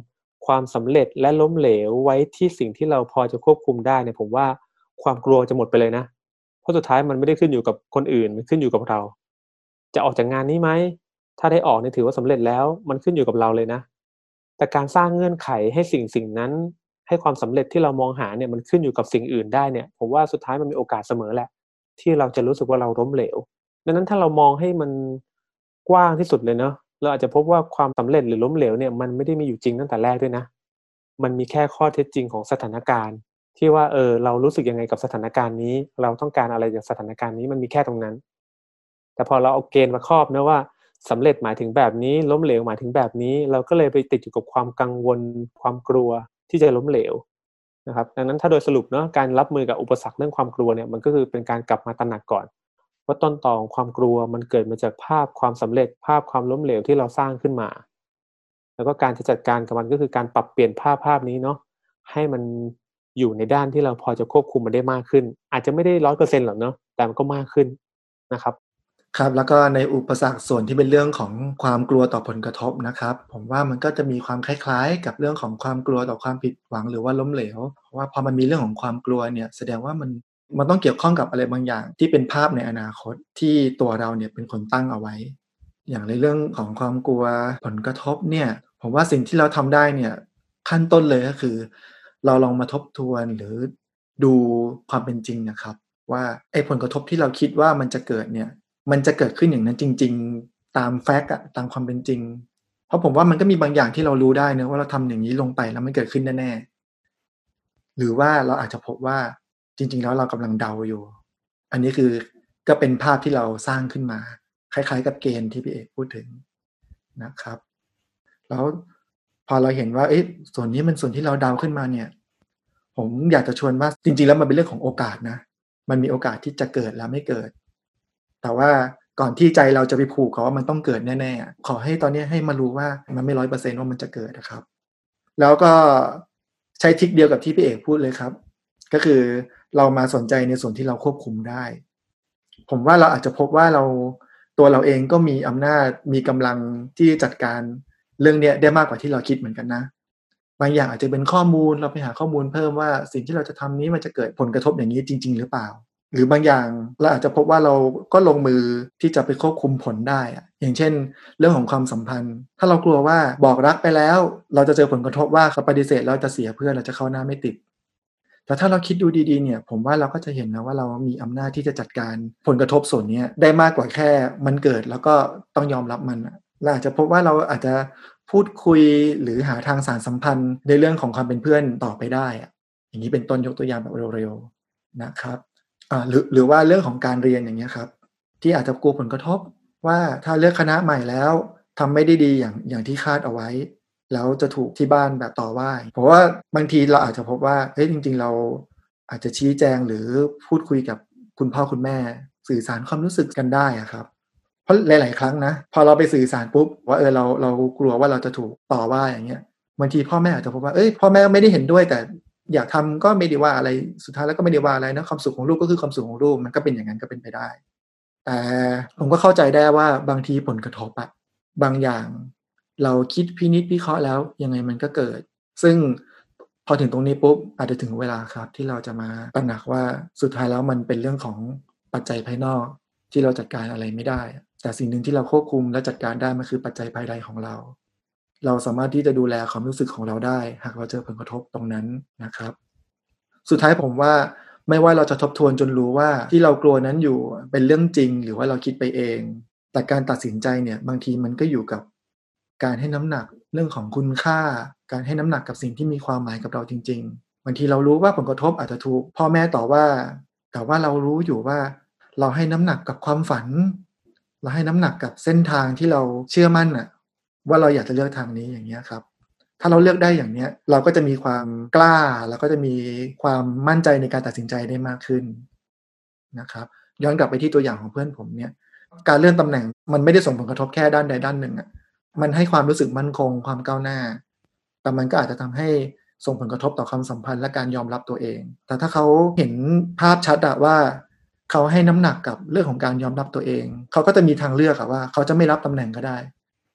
ความสำเร็จและล้มเหลวไว้ที่สิ่งที่เราพอจะควบคุมได้เนี่ยผมว่าความกลัวจะหมดไปเลยนะเพราะสุดท้ายมันไม่ได้ขึ้นอยู่กับคนอื่นมันขึ้นอยู่กับเราจะออกจากงานนี้ไหมถ้าได้ออกเนี่ยถือว่าสำเร็จแล้วมันขึ้นอยู่กับเราเลยนะแต่การสร้างเงื่อนไขให้สิ่งนั้นให้ความสำเร็จที่เรามองหาเนี่ยมันขึ้นอยู่กับสิ่งอื่นได้เนี่ยผมว่าสุดท้ายมันมีโอกาสเสมอแหละที่เราจะรู้สึกว่าเราล้มเหลวดังนั้นถ้าเรามองให้มันกว้างที่สุดเลยเนาะเราอาจจะพบว่าความสำเร็จหรือล้มเหลวเนี่ยมันไม่ได้มีอยู่จริงตั้งแต่แรกด้วยนะมันมีแค่ข้อเท็จจริงของสถานการณ์ที่ว่าเรารู้สึกยังไงกับสถานการณ์นี้เราต้องการอะไรจากสถานการณ์นี้มันมีแค่ตรงนั้นแต่พอเราเอาเกณฑ์มาครอบนะว่าสำเร็จหมายถึงแบบนี้ล้มเหลวหมายถึงแบบนี้เราก็เลยไปติดอยู่กับความกังวลความกลัวที่จะล้มเหลวนะครับดังนั้นถ้าโดยสรุปเนาะการรับมือกับอุปสรรคเรื่องความกลัวเนี่ยมันก็คือเป็นการกลับมาตระหนักก่อนว่าต้นตอของความกลัวมันเกิดมาจากภาพความสำเร็จภาพความล้มเหลวที่เราสร้างขึ้นมาแล้วก็การจะจัดการกับมันก็คือการปรับเปลี่ยนภาพนี้เนาะให้มันอยู่ในด้านที่เราพอจะควบคุมมันได้มากขึ้นอาจจะไม่ได้ 100% หรอกเนาะแต่มันก็มากขึ้นนะครับครับแล้วก็ในอุปสรรคส่วนที่เป็นเรื่องของความกลัวต่อผลกระทบนะครับผมว่ามันก็จะมีความคล้ายๆกับเรื่องของความกลัวต่อความผิดหวังหรือว่าล้มเหลวเพราะว่าพอมันมีเรื่องของความกลัวเนี่ยแสดงว่ามันต้องเกี่ยวข้องกับอะไรบางอย่างที่เป็นภาพในอนาคตที่ตัวเราเนี่ยเป็นคนตั้งเอาไว้อย่างในเรื่องของความกลัวผลกระทบเนี่ยผมว่าสิ่งที่เราทำได้เนี่ยขั้นต้นเลยก็คือเราลองมาทบทวนหรือดูความเป็นจริงนะครับว่าไอ้ผลกระทบที่เราคิดว่ามันจะเกิดเนี่ยมันจะเกิดขึ้นอย่างนั้นจริงๆตามแฟกต์ตามความเป็นจริงเพราะผมว่ามันก็มีบางอย่างที่เรารู้ได้นะว่าเราทำอย่างนี้ลงไปแล้วมันเกิดขึ้นแน่ๆหรือว่าเราอาจจะพบว่าจริงๆแล้วเรากำลังเดาอยู่อันนี้คือก็เป็นภาพที่เราสร้างขึ้นมาคล้ายๆกับเกณฑ์ที่พี่เอกพูดถึงนะครับแล้วพอเราเห็นว่าส่วนนี้มันส่วนที่เราเดาขึ้นมาเนี่ยผมอยากจะชวนว่าจริงๆแล้วมันเป็นเรื่องของโอกาสนะมันมีโอกาสที่จะเกิดและไม่เกิดแต่ว่าก่อนที่ใจเราจะไปผูกกับว่ามันต้องเกิดแน่ๆขอให้ตอนนี้ให้มารู้ว่ามันไม่ 100% ว่ามันจะเกิดนะครับแล้วก็ใช้ทริคเดียวกับที่พี่เอกพูดเลยครับก็คือเรามาสนใจในส่วนที่เราควบคุมได้ผมว่าเราอาจจะพบว่าตัวเราเองก็มีอำนาจมีกำลังที่จัดการเรื่องนี้ได้มากกว่าที่เราคิดเหมือนกันนะบางอย่างอาจจะเป็นข้อมูลเราไปหาข้อมูลเพิ่มว่าสิ่งที่เราจะทำนี้มันจะเกิดผลกระทบอย่างนี้จริงๆหรือเปล่าหรือบางอย่างเราอาจจะพบว่าเราก็ลงมือที่จะไปควบคุมผลได้อย่างเช่นเรื่องของความสัมพันธ์ถ้าเรากลัวว่าบอกรักไปแล้วเราจะเจอผลกระทบว่าเขาปฏิเสธแล้วจะเสียเพื่อนเราจะเข้าหน้าไม่ติดแต่ถ้าเราคิดดูดีๆเนี่ยผมว่าเราก็จะเห็นนะว่าเรามีอำนาจที่จะจัดการผลกระทบส่วนนี้ได้มากกว่าแค่มันเกิดแล้วก็ต้องยอมรับมันเราอาจจะพบว่าเราอาจจะพูดคุยหรือหาทางสานสัมพันธ์ในเรื่องของความเป็นเพื่อนต่อไปได้อย่างนี้เป็นต้นยกตัวอย่างแบบเร็วๆนะครับหรือว่าเรื่องของการเรียนอย่างเงี้ยครับที่อาจจะกลัวผลกระทบว่าถ้าเลือกคณะใหม่แล้วทำไม่ได้ดีอย่างที่คาดเอาไว้แล้วจะถูกที่บ้านแบบต่อว่าเพราะว่าบางทีเราอาจจะพบว่าจริงๆเราอาจจะชี้แจงหรือพูดคุยกับคุณพ่อคุณแม่สื่อสารความรู้สึกกันได้ครับเพราะหลายๆครั้งนะพอเราไปสื่อสารปุ๊บว่าเรากลัวว่าเราจะถูกต่อว่าอย่างเงี้ยบางทีพ่อแม่อาจจะพบว่าพ่อแม่ไม่ได้เห็นด้วยแต่อยากทำก็ไม่ได้ว่าอะไรสุดท้ายแล้วก็ไม่ได้ว่าอะไรนะความสุขของลูกก็คือความสุขของลูกมันก็เป็นอย่างนั้นก็เป็นไปได้แต่ผมก็เข้าใจได้ว่าบางทีผลกระทบบางอย่างเราคิดพินิจพิเคราะห์แล้วยังไงมันก็เกิดซึ่งพอถึงตรงนี้ปุ๊บอาจจะถึงเวลาครับที่เราจะมาตระหนักว่าสุดท้ายแล้วมันเป็นเรื่องของปัจจัยภายนอกที่เราจัดการอะไรไม่ได้แต่สิ่งหนึ่งที่เราควบคุมและจัดการได้มันคือปัจจัยภายในของเราสามารถที่จะดูแลความรู้สึกของเราได้หากเราเจอผลกระทบตรงนั้นนะครับสุดท้ายผมว่าไม่ว่าเราจะทบทวนจนรู้ว่าที่เรากลัวนั้นอยู่เป็นเรื่องจริงหรือว่าเราคิดไปเองแต่การตัดสินใจเนี่ยบางทีมันก็อยู่กับการให้น้ำหนักเรื่องของคุณค่าการให้น้ำหนักกับสิ่งที่มีความหมายกับเราจริงๆบางทีเรารู้ว่าผลกระทบอาจจะถูกพ่อแม่ต่อว่าแต่ว่าเรารู้อยู่ว่าเราให้น้ำหนักกับความฝันเราให้น้ำหนักกับเส้นทางที่เราเชื่อมั่นว่าเราอยากจะเลือกทางนี้อย่างเงี้ยครับถ้าเราเลือกได้อย่างเนี้ยเราก็จะมีความกล้าแล้วก็จะมีความมั่นใจในการตัดสินใจได้มากขึ้นนะครับย้อนกลับไปที่ตัวอย่างของเพื่อนผมเนี่ยการเลื่อนตำแหน่งมันไม่ได้ส่งผลกระทบแค่ด้านใดด้านหนึ่งมันให้ความรู้สึกมั่นคงความก้าวหน้าแต่มันก็อาจจะทำให้ส่งผลกระทบต่อความสัมพันธ์และการยอมรับตัวเองแต่ถ้าเขาเห็นภาพชัดว่าเขาให้น้ำหนักกับเรื่องของการยอมรับตัวเองเขาก็จะมีทางเลือกว่าเขาจะไม่รับตำแหน่งก็ได้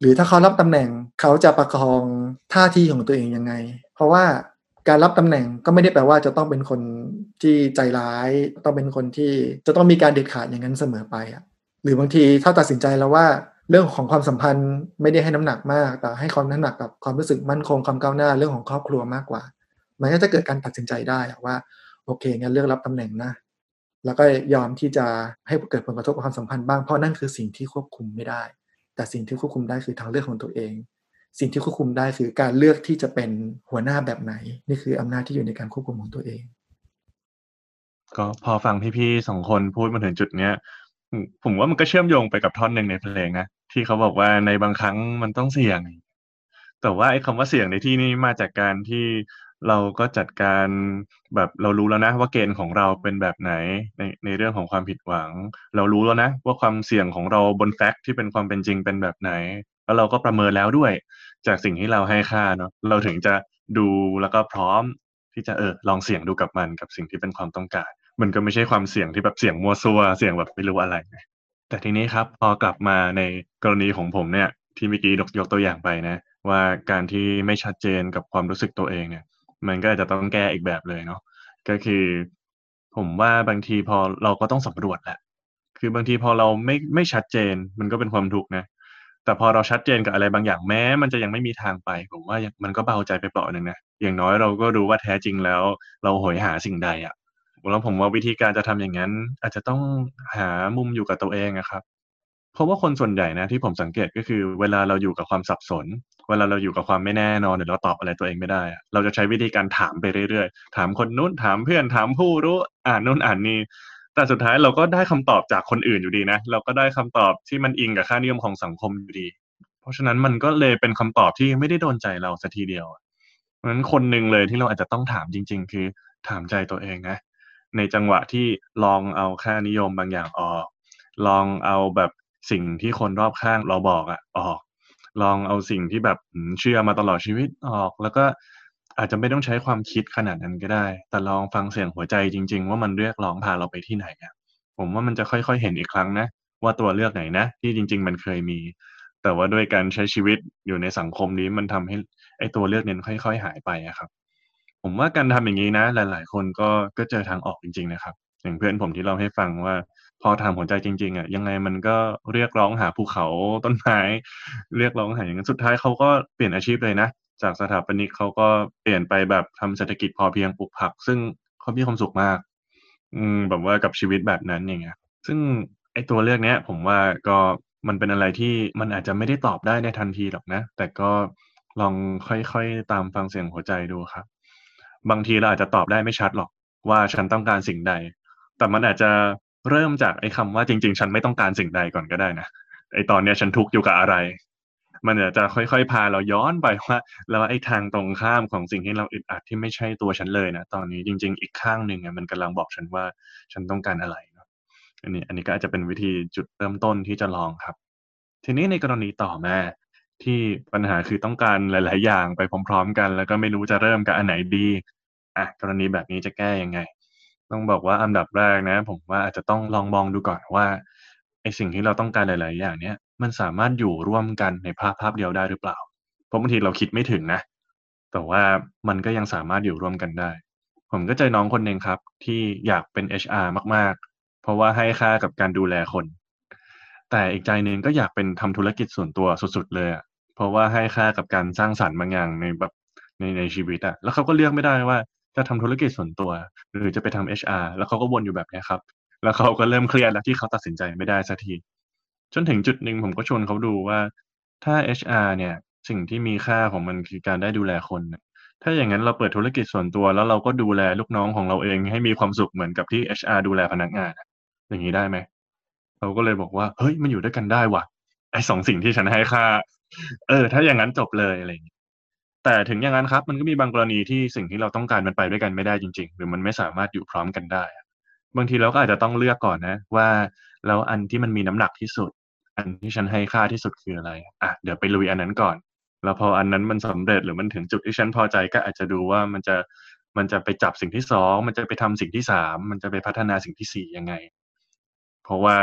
หรือถ้าเขารับตำแหน่งเขาจะประคองท่าทีของตัวเองยังไงเพราะว่าการรับตำแหน่งก็ไม่ได้แปลว่าจะต้องเป็นคนที่ใจร้ายต้องเป็นคนที่จะต้องมีการเด็ดขาดอย่างนั้นเสมอไปหรือบางทีถ้าตัดสินใจแล้วว่าเรื่องของความสัมพันธ์ไม่ได้ให้น้ำหนักมากแต่ให้ความน้ำหนักกับความรู้สึกมั่นคงความก้าวหน้าเรื่องของครอบครัวมากกว่ามันก็จะเกิดการตัดสินใจได้ว่าโอเคงั้นเลือกรับตำแหน่งนะแล้วก็ยอมที่จะให้เกิดผลกระทบกับความสัมพันธ์บ้างเพราะนั่นคือสิ่งที่ควบคุมไม่ได้แต่สิ่งที่ควบคุมได้คือทางเลือกของตัวเองสิ่งที่ควบคุมได้คือการเลือกที่จะเป็นหัวหน้าแบบไหนนี่คืออำนาจที่อยู่ในการควบคุมของตัวเองก็พอฟังพี่ๆ2คนพูดมาถึงจุดเนี้ยผมว่ามันก็เชื่อมโยงไปกับท่อนหนึ่งในเพลงนะที่เขาบอกว่าในบางครั้งมันต้องเสี่ยงแต่ว่าไอ้คำว่าเสี่ยงในที่นี้มาจากการที่เราก็จัดการแบบเรารู้แล้วนะว่าเกณฑ์ของเราเป็นแบบไหนในเรื่องของความผิดหวังเรารู้แล้วนะว่าความเสี่ยงของเราบนแฟกต์ที่เป็นความเป็นจริงเป็นแบบไหนแล้วเราก็ประเมินแล้วด้วยจากสิ่งที่เราให้ค่าเนาะเราถึงจะดูแล้วก็พร้อมที่จะลองเสี่ยงดูกับมันกับสิ่งที่เป็นความต้องการมันก็ไม่ใช่ความเสี่ยงที่แบบเสี่ยงมั่วซั่วเสี่ยงแบบไม่รู้อะไรนะแต่ทีนี้ครับพอกลับมาในกรณีของผมเนี่ยที่เมื่อกี้ยกตัวอย่างไปนะว่าการที่ไม่ชัดเจนกับความรู้สึกตัวเองเนี่ยมันก็อาจจะต้องแก้อีกแบบเลยเนาะก็คือผมว่าบางทีพอเราก็ต้องสำรวจแหละคือบางทีพอเราไม่ชัดเจนมันก็เป็นความทุกข์นะแต่พอเราชัดเจนกับอะไรบางอย่างแม้มันจะยังไม่มีทางไปผมว่ามันก็เบาใจไปเปราะหนึ่งนะอย่างน้อยเราก็รู้ว่าแท้จริงแล้วเราโหยหาสิ่งใดแล้วผมว่าวิธีการจะทำอย่างนั้นอาจจะต้องหามุมอยู่กับตัวเองอะครับเพราะว่าคนส่วนใหญ่นะที่ผมสังเกตก็คือเวลาเราอยู่กับความสับสนเวลาเราอยู่กับความไม่แน่นอนหรือเราตอบอะไรตัวเองไม่ได้เราจะใช้วิธีการถามไปเรื่อยๆถามคนนู้นถามเพื่อนถามผู้รู้อ่านนู่นอ่านนี่แต่สุดท้ายเราก็ได้คำตอบจากคนอื่นอยู่ดีนะเราก็ได้คำตอบที่มันอิงกับค่านิยมของสังคมอยู่ดีเพราะฉะนั้นมันก็เลยเป็นคำตอบที่ไม่ได้โดนใจเราสัทีเดียวเพราะฉะนั้นคนหนึ่งเลยที่เราอาจจะต้องถามจริงๆคือถามใจตัวเองนะ ในจังหวะที่ลองเอาค่านิยมบางอย่างออกลองเอาแบบสิ่งที่คนรอบข้างเราบอกออกลองเอาสิ่งที่แบบเชื่อมาตลอดชีวิตออกแล้วก็อาจจะไม่ต้องใช้ความคิดขนาดนั้นก็ได้แต่ลองฟังเสียงหัวใจจริงๆว่ามันเรียกร้องพาเราไปที่ไหนผมว่ามันจะค่อยๆเห็นอีกครั้งนะว่าตัวเลือกไหนนะที่จริงๆมันเคยมีแต่ว่าด้วยการใช้ชีวิตอยู่ในสังคมนี้มันทำให้ไอ้ตัวเลือกนั้นค่อยๆหายไปครับ ผมว่าการทำอย่างนี้นะหลายๆคนก็เจอทางออกจริงๆนะครับอย่างเพื่อนผมที่เล่าให้ฟังว่าพอถามหัวใจจริงๆยังไงมันก็เรียกร้องหาภูเขาต้นไม้เรียกร้องหาอย่างนั้นสุดท้ายเขาก็เปลี่ยนอาชีพเลยนะจากสถาปนิกเขาก็เปลี่ยนไปแบบทำเศรษฐกิจพอเพียงปลูกผักซึ่งเขามีความสุขมากแบบว่ากับชีวิตแบบนั้นอย่างเงี้ยซึ่งไอ้ตัวเลือกเนี้ยผมว่าก็มันเป็นอะไรที่มันอาจจะไม่ได้ตอบได้ในทันทีหรอกนะแต่ก็ลองค่อยๆตามฟังเสียงหัวใจดูครับ บางทีเราอาจจะตอบได้ไม่ชัดหรอกว่าฉันต้องการสิ่งใด แต่มันอาจจะเริ่มจากไอ้คำว่าจริงๆฉันไม่ต้องการสิ่งใดก่อนก็ได้นะไอ้ตอนเนี้ยฉันทุกข์อยู่กับอะไรมันอาจจะค่อยๆพาเราย้อนไปว่าแล้วไอ้ทางตรงข้ามของสิ่งที่เราอึดอัดที่ไม่ใช่ตัวฉันเลยนะตอนนี้จริงๆอีกข้างหนึ่งมันกำลังบอกฉันว่าฉันต้องการอะไรเนาะอันนี้ก็อาจจะเป็นวิธีจุดเริ่มต้นที่จะลองครับทีนี้ในกรณีต่อมาที่ปัญหาคือต้องการหลายๆอย่างไปพร้อมๆกันแล้วก็ไม่รู้จะเริ่มกับอันไหนดีกรณีแบบนี้จะแก้ยังไงต้องบอกว่าอันดับแรกนะผมว่าอาจจะต้องลองมองดูก่อนว่าไอ้สิ่งที่เราต้องการหลายๆอย่างเนี้ยมันสามารถอยู่ร่วมกันในภาพเดียวได้หรือเปล่าเพราะบางทีเราคิดไม่ถึงนะแต่ว่ามันก็ยังสามารถอยู่ร่วมกันได้ผมก็เจอน้องคนหนึ่งครับที่อยากเป็น HR มากๆเพราะว่าให้ค่ากับการดูแลคนแต่อีกใจหนึ่งก็อยากเป็นทำธุรกิจส่วนตัวสุดๆเลยเพราะว่าให้ค่ากับการสร้างสรรค์บางอย่างในแบบในชีวิตแล้วเขาก็เลือกไม่ได้ว่าจะทำธุรกิจส่วนตัวหรือจะไปทำ HR แล้วเขาก็วนอยู่แบบเนี้ยครับแล้วเขาก็เริ่มเครียดแล้วที่เขาตัดสินใจไม่ได้สักทีจนถึงจุดหนึ่งผมก็ชวนเขาดูว่าถ้า HR เนี่ยสิ่งที่มีค่าของมันคือการได้ดูแลคนน่ะถ้าอย่างงั้นเราเปิดธุรกิจส่วนตัวแล้วเราก็ดูแลลูกน้องของเราเองให้มีความสุขเหมือนกับที่ HR ดูแลพนักงานอย่างงี้ได้ไหม เขาก็เลยบอกว่าเฮ้ยมันอยู่ด้วยกันได้ว่ะไอ้2สิ่งที่ฉันให้ค่าถ้าอย่างงั้นจบเลยอะไรอย่างงี้แต่ถึงอย่างงั้นครับมันก็มีบางกรณีที่สิ่งที่เราต้องการมันไปด้วยกันไม่ได้จริงๆหรือมันไม่สามารถอยู่พร้อมกันได้บางทีเราก็อาจจะต้องเลือกก่อนนะว่าแล้วอันที่มันมีน้ำหนักที่สุดอันที่ฉันให้ค่าที่สุดคืออะไรเดี๋ยวไปลุยอันนั้นก่อนแล้วพออันนั้นมันสำเร็จหรือมันถึงจุดที่ฉันพอใจก็อาจจะดูว่ามันจะไปจับสิ่งที่2มันจะไปทำสิ่งที่3มันจะไปพัฒนาสิ่งที่4ยังไง เพราะว่า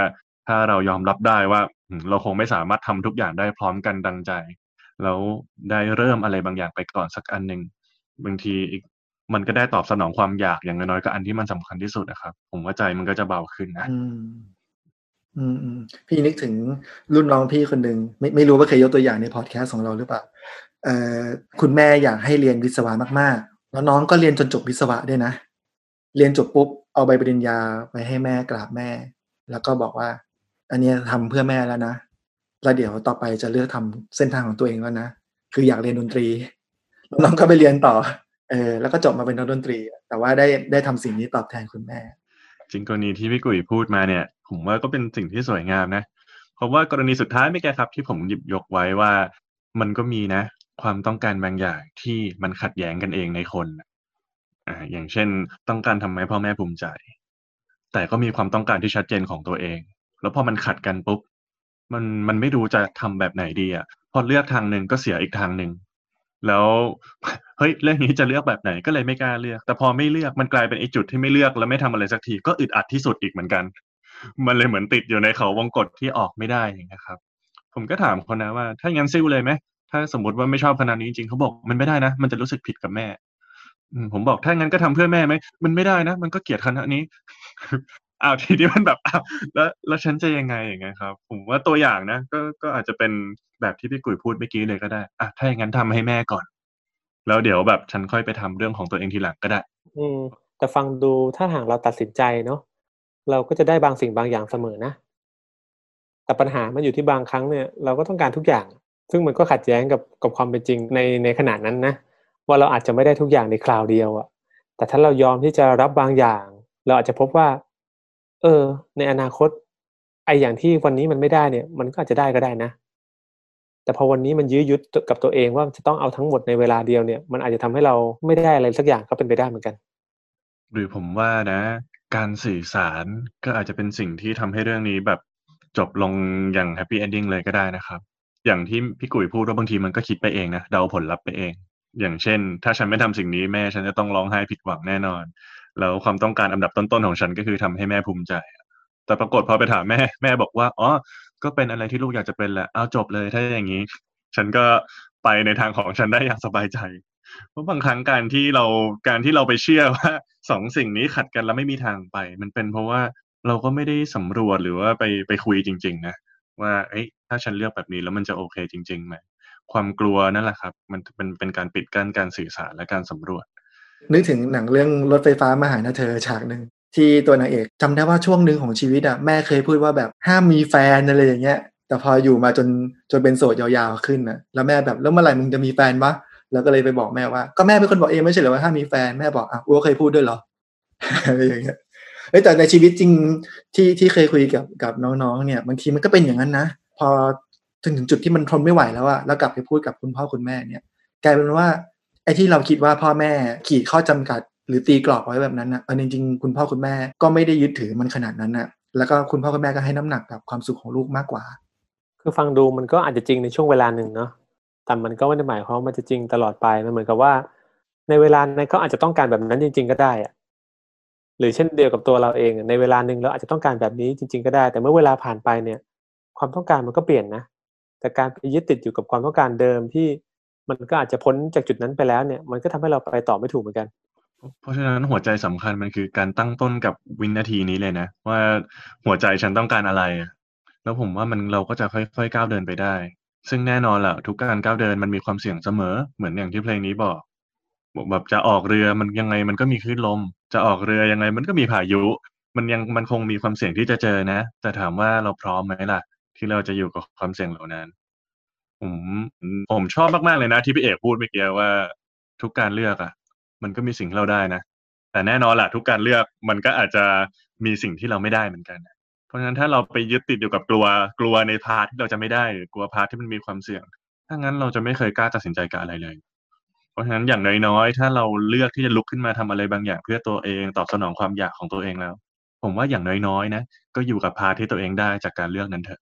ถ้าเรายอมรับได้ว่าเราคงไม่สามารถทำทุกอย่างได้พร้อมกันดังใจแล้วได้เริ่มอะไรบางอย่างไปก่อนสักอันหนึ่งบางทีอีกมันก็ได้ตอบสนองความอยากอย่างน้อยๆก็อันที่มันสำคัญที่สุดนะครับผมว่าใจมันก็จะเบาขึ้นนะอืมพี่นึกถึงรุ่นน้องพี่คนหนึ่งไม่รู้ว่าเคยยกตัวอย่างในพอดแคสต์ของเราหรือเปล่าเอ่อคุณแม่อยากให้เรียนวิศวะมากๆแล้วน้องก็เรียนจนจบวิศวะด้วยนะเรียนจบปุ๊บเอาใบปริญญาไปให้แม่กราบแม่แล้วก็บอกว่าอันนี้ทำเพื่อแม่แล้วนะแล้วเดี๋ยวต่อไปจะเลือกทำเส้นทางของตัวเองแล้วนะคืออยากเรียนดนตรีแล้วน้องก็ไปเรียนต่อแล้วก็จบมาเป็นนักดนตรีแต่ว่าได้ทำสิ่งนี้ตอบแทนคุณแม่จริงกรณีที่พี่กุ๋ยพูดมาเนี่ยผมว่าก็เป็นสิ่งที่สวยงามนะเพราะว่ากรณีสุดท้ายไม่แก่ครับที่ผมหยิบยกไว้ว่ามันก็มีนะความต้องการบางอย่างที่มันขัดแย้งกันเองในคนอย่างเช่นต้องการทำให้พ่อแม่ภูมิใจแต่ก็มีความต้องการที่ชัดเจนของตัวเองแล้วพอมันขัดกันปุ๊บมันไม่รู้จะทำแบบไหนดีอ่ะพอเลือกทางหนึ่งก็เสียอีกทางหนึ่งแล้วเฮ้ยเรื่องนี้จะเลือกแบบไหนก็เลยไม่กล้าเลือกแต่พอไม่เลือกมันกลายเป็นไอ้จุดที่ไม่เลือกแล้วไม่ทำอะไรสักทีก็อึดอัดที่สุดอีกเหมือนกันมันเลยเหมือนติดอยู่ในเขาวงกตที่ออกไม่ได้อย่างเงี้ยครับผมก็ถามคนนะว่าถ้างั้นซิ่วเลยไหมถ้าสมมติว่าไม่ชอบคณะนี้จริงๆเขาบอกมันไม่ได้นะมันจะรู้สึกผิดกับแม่ผมบอกถ้างั้นก็ทำเพื่อแม่ไหมมันไม่ได้นะมันก็เกลียดคณะนี้อ้าวทีนี้มันแบบอ้าวแล้วฉันจะยังไงอย่างเงี้ยครับผมว่าตัวอย่างนะก็อาจจะเป็นแบบที่พี่กุ๋ยพูดเมื่อกี้เลยก็ได้ถ้าอย่างนั้นทำให้แม่ก่อนแล้วเดี๋ยวแบบฉันค่อยไปทำเรื่องของตัวเองทีหลังก็ได้อืมแต่ฟังดูถ้าหากเราตัดสินใจเนาะเราก็จะได้บางสิ่งบางอย่างเสมอนะแต่ปัญหามันอยู่ที่บางครั้งเนี่ยเราก็ต้องการทุกอย่างซึ่งมันก็ขัดแย้งกับความเป็นจริงในขณะนั้นนะว่าเราอาจจะไม่ได้ทุกอย่างในคราวเดียวอะแต่ถ้าเรายอมที่จะรับบางอย่างเราอาจจะพบว่าในอนาคตไอ้อย่างที่วันนี้มันไม่ได้เนี่ยมันก็อาจจะได้ก็ได้นะแต่พอวันนี้มันยื้อยุดกับตัวเองว่าจะต้องเอาทั้งหมดในเวลาเดียวเนี่ยมันอาจจะทำให้เราไม่ได้อะไรสักอย่างก็เป็นไปได้เหมือนกันหรือผมว่านะการสื่อสารก็อาจจะเป็นสิ่งที่ทำให้เรื่องนี้แบบจบลงอย่างแฮปปี้เอนดิ้งเลยก็ได้นะครับอย่างที่พี่กุ๋ยพูดว่าบางทีมันก็คิดไปเองนะเดาผลลัพธ์ไปเองอย่างเช่นถ้าฉันไม่ทำสิ่งนี้แม่ฉันจะต้องร้องไห้ผิดหวังแน่นอนแล้วความต้องการอันดับต้นๆของฉันก็คือทำให้แม่ภูมิใจแต่ปรากฏพอไปถามแม่บอกว่าอ๋อก็เป็นอะไรที่ลูกอยากจะเป็นแหละเอาจบเลยถ้าอย่างนี้ฉันก็ไปในทางของฉันได้อย่างสบายใจ เพราะบางครั้งการที่เราไปเชื่อว่าสองสิ่งนี้ขัดกันแล้วไม่มีทางไปมันเป็นเพราะว่าเราก็ไม่ได้สำรวจหรือว่าไปคุยจริงๆนะว่าเอ้ยถ้าฉันเลือกแบบนี้แล้วมันจะโอเคจริงๆไหมความกลัวนั่นแหละครับมันเป็นการปิดกั้นการสื่อสารและการสำรวจนึกถึงหนังเรื่องรถไฟฟ้ามาหานะเธอฉากหนึ่งที่ตัวนางเอกจำได้ว่าช่วงหนึ่งของชีวิตแม่เคยพูดว่าแบบห้ามมีแฟนอะไรอย่างเงี้ยแต่พออยู่มาจนเป็นโสดยาวๆขึ้นแล้วแม่แบบแล้วเมื่อไหร่มึงจะมีแฟนวะแล้วก็เลยไปบอกแม่ว่าก็แม่เป็นคนบอกเองไม่ใช่เหรอว่าห้ามมีแฟนแม่บอกอัวเคยพูดด้วยเหรอ อะไรอย่างเงี้ยแต่ในชีวิตจริงที่เคยคุยกับน้องๆเนี่ยบางทีมันก็เป็นอย่างนั้นนะพอถึงจุดที่มันทนไม่ไหวแล้วแล้วกลับไปพูดกับคุณพ่อคุณแม่เนี่ยกลายเป็นว่าไอ้ที่เราคิดว่าพ่อแม่ขีดข้อจำกัดหรือตีกรอบไว้แบบนั้นจริงๆคุณพ่อคุณแม่ก็ไม่ได้ยึดถือมันขนาดนั้นแล้วก็คุณพ่อคุณแม่ก็ให้น้ำหนักกับความสุขของลูกมากกว่าคือฟังดูมันก็อาจจะจริงในช่วงเวลาหนึ่งเนาะแต่มันก็ไม่ได้หมายความว่ามันจะจริงตลอดไปมันเหมือนกับว่าในเวลานั้นเขาอาจจะต้องการแบบนั้นจริงๆก็ได้อะหรือเช่นเดียวกับตัวเราเองในเวลาหนึ่งเราอาจจะต้องการแบบนี้จริงๆก็ได้แต่เมื่อเวลาผ่านไปเนี่ยความต้องการมันก็เปลี่ยนนะแต่การไปยึดติดอยู่กับความต้องการเดิมที่มันก็อาจจะพ้นจากจุดนั้นไปแล้วเนี่ยมันก็ทำให้เราไปต่อไม่ถูกเหมือนกันเพราะฉะนั้นหัวใจสำคัญมันคือการตั้งต้นกับวินาทีนี้เลยนะว่าหัวใจฉันต้องการอะไรแล้วผมว่าเราก็จะค่อยๆก้าวเดินไปได้ซึ่งแน่นอนแหละทุกการก้าวเดินมันมีความเสี่ยงเสมอเหมือนอย่างที่เพลงนี้บอกแบบจะออกเรือมันยังไงมันก็มีคลื่นลมจะออกเรือยังไงมันก็มีพายุมันคงมีความเสี่ยงที่จะเจอนะแต่ถามว่าเราพร้อมไหมล่ะที่เราจะอยู่กับความเสี่ยงเหล่านั้นผมผมชอบมากๆเลยนะที่พี่เอกพูดเมื่อกี้ว่าทุกการเลือกมันก็มีสิ่งที่เราได้นะแต่แน่นอนแหละทุกการเลือกมันก็อาจจะมีสิ่งที่เราไม่ได้เหมือนกันเพราะฉะนั้นถ้าเราไปยึดติดอยู่กับกลัวในพาร์ทที่เราจะไม่ได้หรือกลัวพาร์ทที่มันมีความเสี่ยงถ้างั้นเราจะไม่เคยกล้าตัดสินใจกับอะไรเลยเพราะฉะนั้นอย่างน้อยๆถ้าเราเลือกที่จะลุกขึ้นมาทำอะไรบางอย่างเพื่อตัวเองตอบสนองความอยากของตัวเองแล้วผมว่าอย่างน้อยๆนะก็อยู่กับพาร์ทที่ตัวเองได้จากการเลือกนั้นเถอะ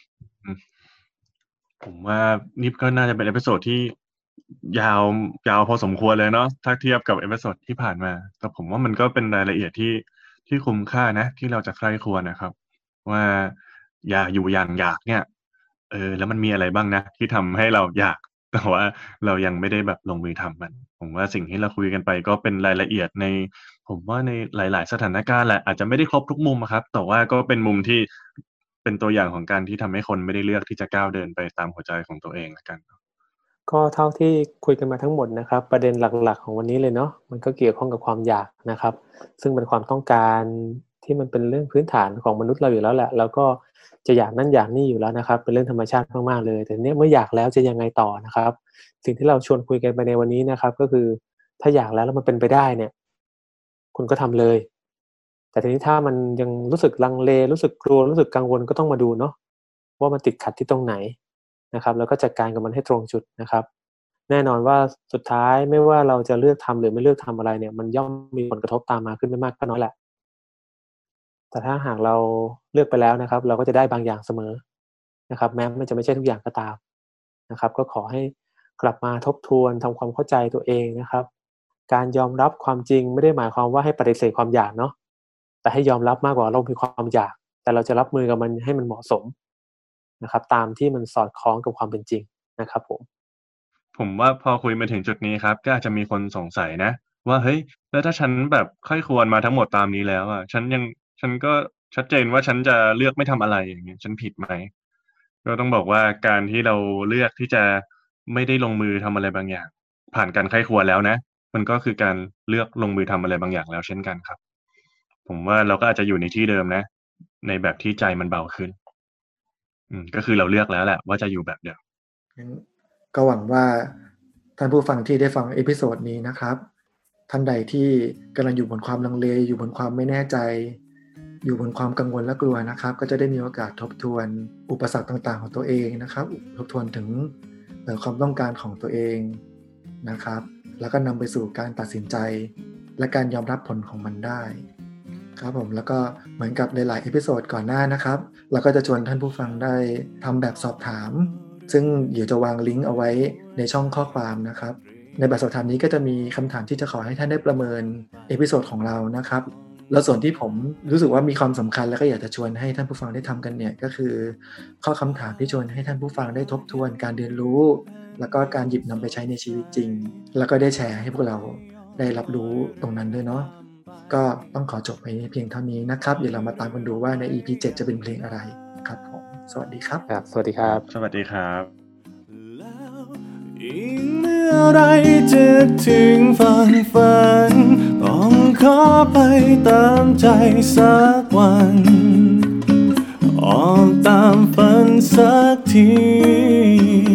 ผมว่านี่ก็น่าจะเป็นเอพิโซดที่ยาวยาวพอสมควรเลยเนาะถ้าเทียบกับเอพิโซดที่ผ่านมาแต่ผมว่ามันก็เป็นรายละเอียดที่คุ้มค่านะที่เราจะใคร่ครวญนะครับว่าอยากอยู่อย่างอยากเนี่ยแล้วมันมีอะไรบ้างนะที่ทำให้เราอยากแต่ว่าเรายังไม่ได้แบบลงมือทำมันผมว่าสิ่งที่เราคุยกันไปก็เป็นรายละเอียดผมว่าในหลายๆสถานการณ์แหละอาจจะไม่ได้ครบทุกมุมอะครับแต่ว่าก็เป็นมุมที่เป็นตัวอย่างของการที่ทำให้คนไม่ได้เลือกที่จะก้าวเดินไปตามหัวใจของตัวเองละกันก็เท่าที่คุยกันมาทั้งหมดนะครับประเด็นหลักๆของวันนี้เลยเนาะมันก็เกี่ยวข้องกับความอยากนะครับซึ่งเป็นความต้องการที่มันเป็นเรื่องพื้นฐานของมนุษย์เราอยู่แล้วแหละแล้วก็จะอยากนั่นอยากนี่อยู่แล้วนะครับเป็นเรื่องธรรมชาติมากๆเลยแต่เนี้ยเมื่ออยากแล้วจะยังไงต่อนะครับสิ่งที่เราชวนคุยกันไปในวันนี้นะครับก็คือถ้าอยากแล้วมันเป็นไปได้เนี่ยคุณก็ทำเลยแต่ทีนี้ถ้ามันยังรู้สึกลังเลรู้สึกกลัวรู้สึกกังวลก็ต้องมาดูเนาะว่ามันติดขัดที่ตรงไหนนะครับแล้วก็จัดการกับมันให้ตรงจุดนะครับแน่นอนว่าสุดท้ายไม่ว่าเราจะเลือกทำหรือไม่เลือกทำอะไรเนี่ยมันย่อมมีผลกระทบตามมาขึ้นไม่มากก็น้อยแหละแต่ถ้าหากเราเลือกไปแล้วนะครับเราก็จะได้บางอย่างเสมอนะครับแม้มันจะไม่ใช่ทุกอย่างก็ตามนะครับก็ขอให้กลับมาทบทวนทำความเข้าใจตัวเองนะครับการยอมรับความจริงไม่ได้หมายความว่าให้ปฏิเสธความอยากเนาะแต่ให้ยอมรับมากกว่าเรามีความอยากแต่เราจะรับมือกับมันให้มันเหมาะสมนะครับตามที่มันสอดคล้องกับความเป็นจริงนะครับผมว่าพอคุยมาถึงจุดนี้ครับก็อาจจะมีคนสงสัยนะว่าเฮ้ยแล้วถ้าฉันแบบใคร่ครวญมาทั้งหมดตามนี้แล้วอะฉันก็ชัดเจนว่าฉันจะเลือกไม่ทำอะไรอย่างเงี้ยฉันผิดไหมก็ต้องบอกว่าการที่เราเลือกที่จะไม่ได้ลงมือทำอะไรบางอย่างผ่านการใคร่ครวญแล้วนะมันก็คือการเลือกลงมือทำอะไรบางอย่างแล้วเช่นกันครับผมว่าเราก็อาจจะอยู่ในที่เดิมนะในแบบที่ใจมันเบาขึ้นก็คือเราเลือกแล้วแหละว่าจะอยู่แบบเดิมก็หวังว่าท่านผู้ฟังที่ได้ฟังเอพิโซดนี้นะครับท่านใดที่กำลังอยู่บนความลังเลอยู่บนความไม่แน่ใจอยู่บนความกังวลและกลัวนะครับก็จะได้มีโอกาสทบทวนอุปสรรคต่างๆของตัวเองนะครับทบทวนถึงความต้องการของตัวเองนะครับแล้วก็นำไปสู่การตัดสินใจและการยอมรับผลของมันได้ครับผมแล้วก็เหมือนกับในหลายเอพิโซดก่อนหน้านะครับเราก็จะชวนท่านผู้ฟังได้ทำแบบสอบถามซึ่งเดี๋ยวจะวางลิงก์เอาไว้ในช่องข้อความนะครับในแบบสอบถามนี้ก็จะมีคำถามที่จะขอให้ท่านได้ประเมินเอพิโซดของเรานะครับแล้วส่วนที่ผมรู้สึกว่ามีความสำคัญแล้วก็อยากจะชวนให้ท่านผู้ฟังได้ทำกันเนี่ยก็คือข้อคำถามที่ชวนให้ท่านผู้ฟังได้ทบทวนการเรียนรู้แล้วก็การหยิบนำไปใช้ในชีวิตจริงแล้วก็ได้แชร์ให้พวกเราได้รับรู้ตรงนั้นด้วยเนาะก็ต้องขอจบไปเพียงเท่านี้นะครับเดี๋ยวเรามาตามกันดูว่าใน EP 7 จะเป็นเพลงอะไรครับผมสวัสดีครับสวัสดีครับสวัสดีครับอีกเมื่อไรจะถึงฝันต้องขอไปตามใจสักวันออกตามฝันสักที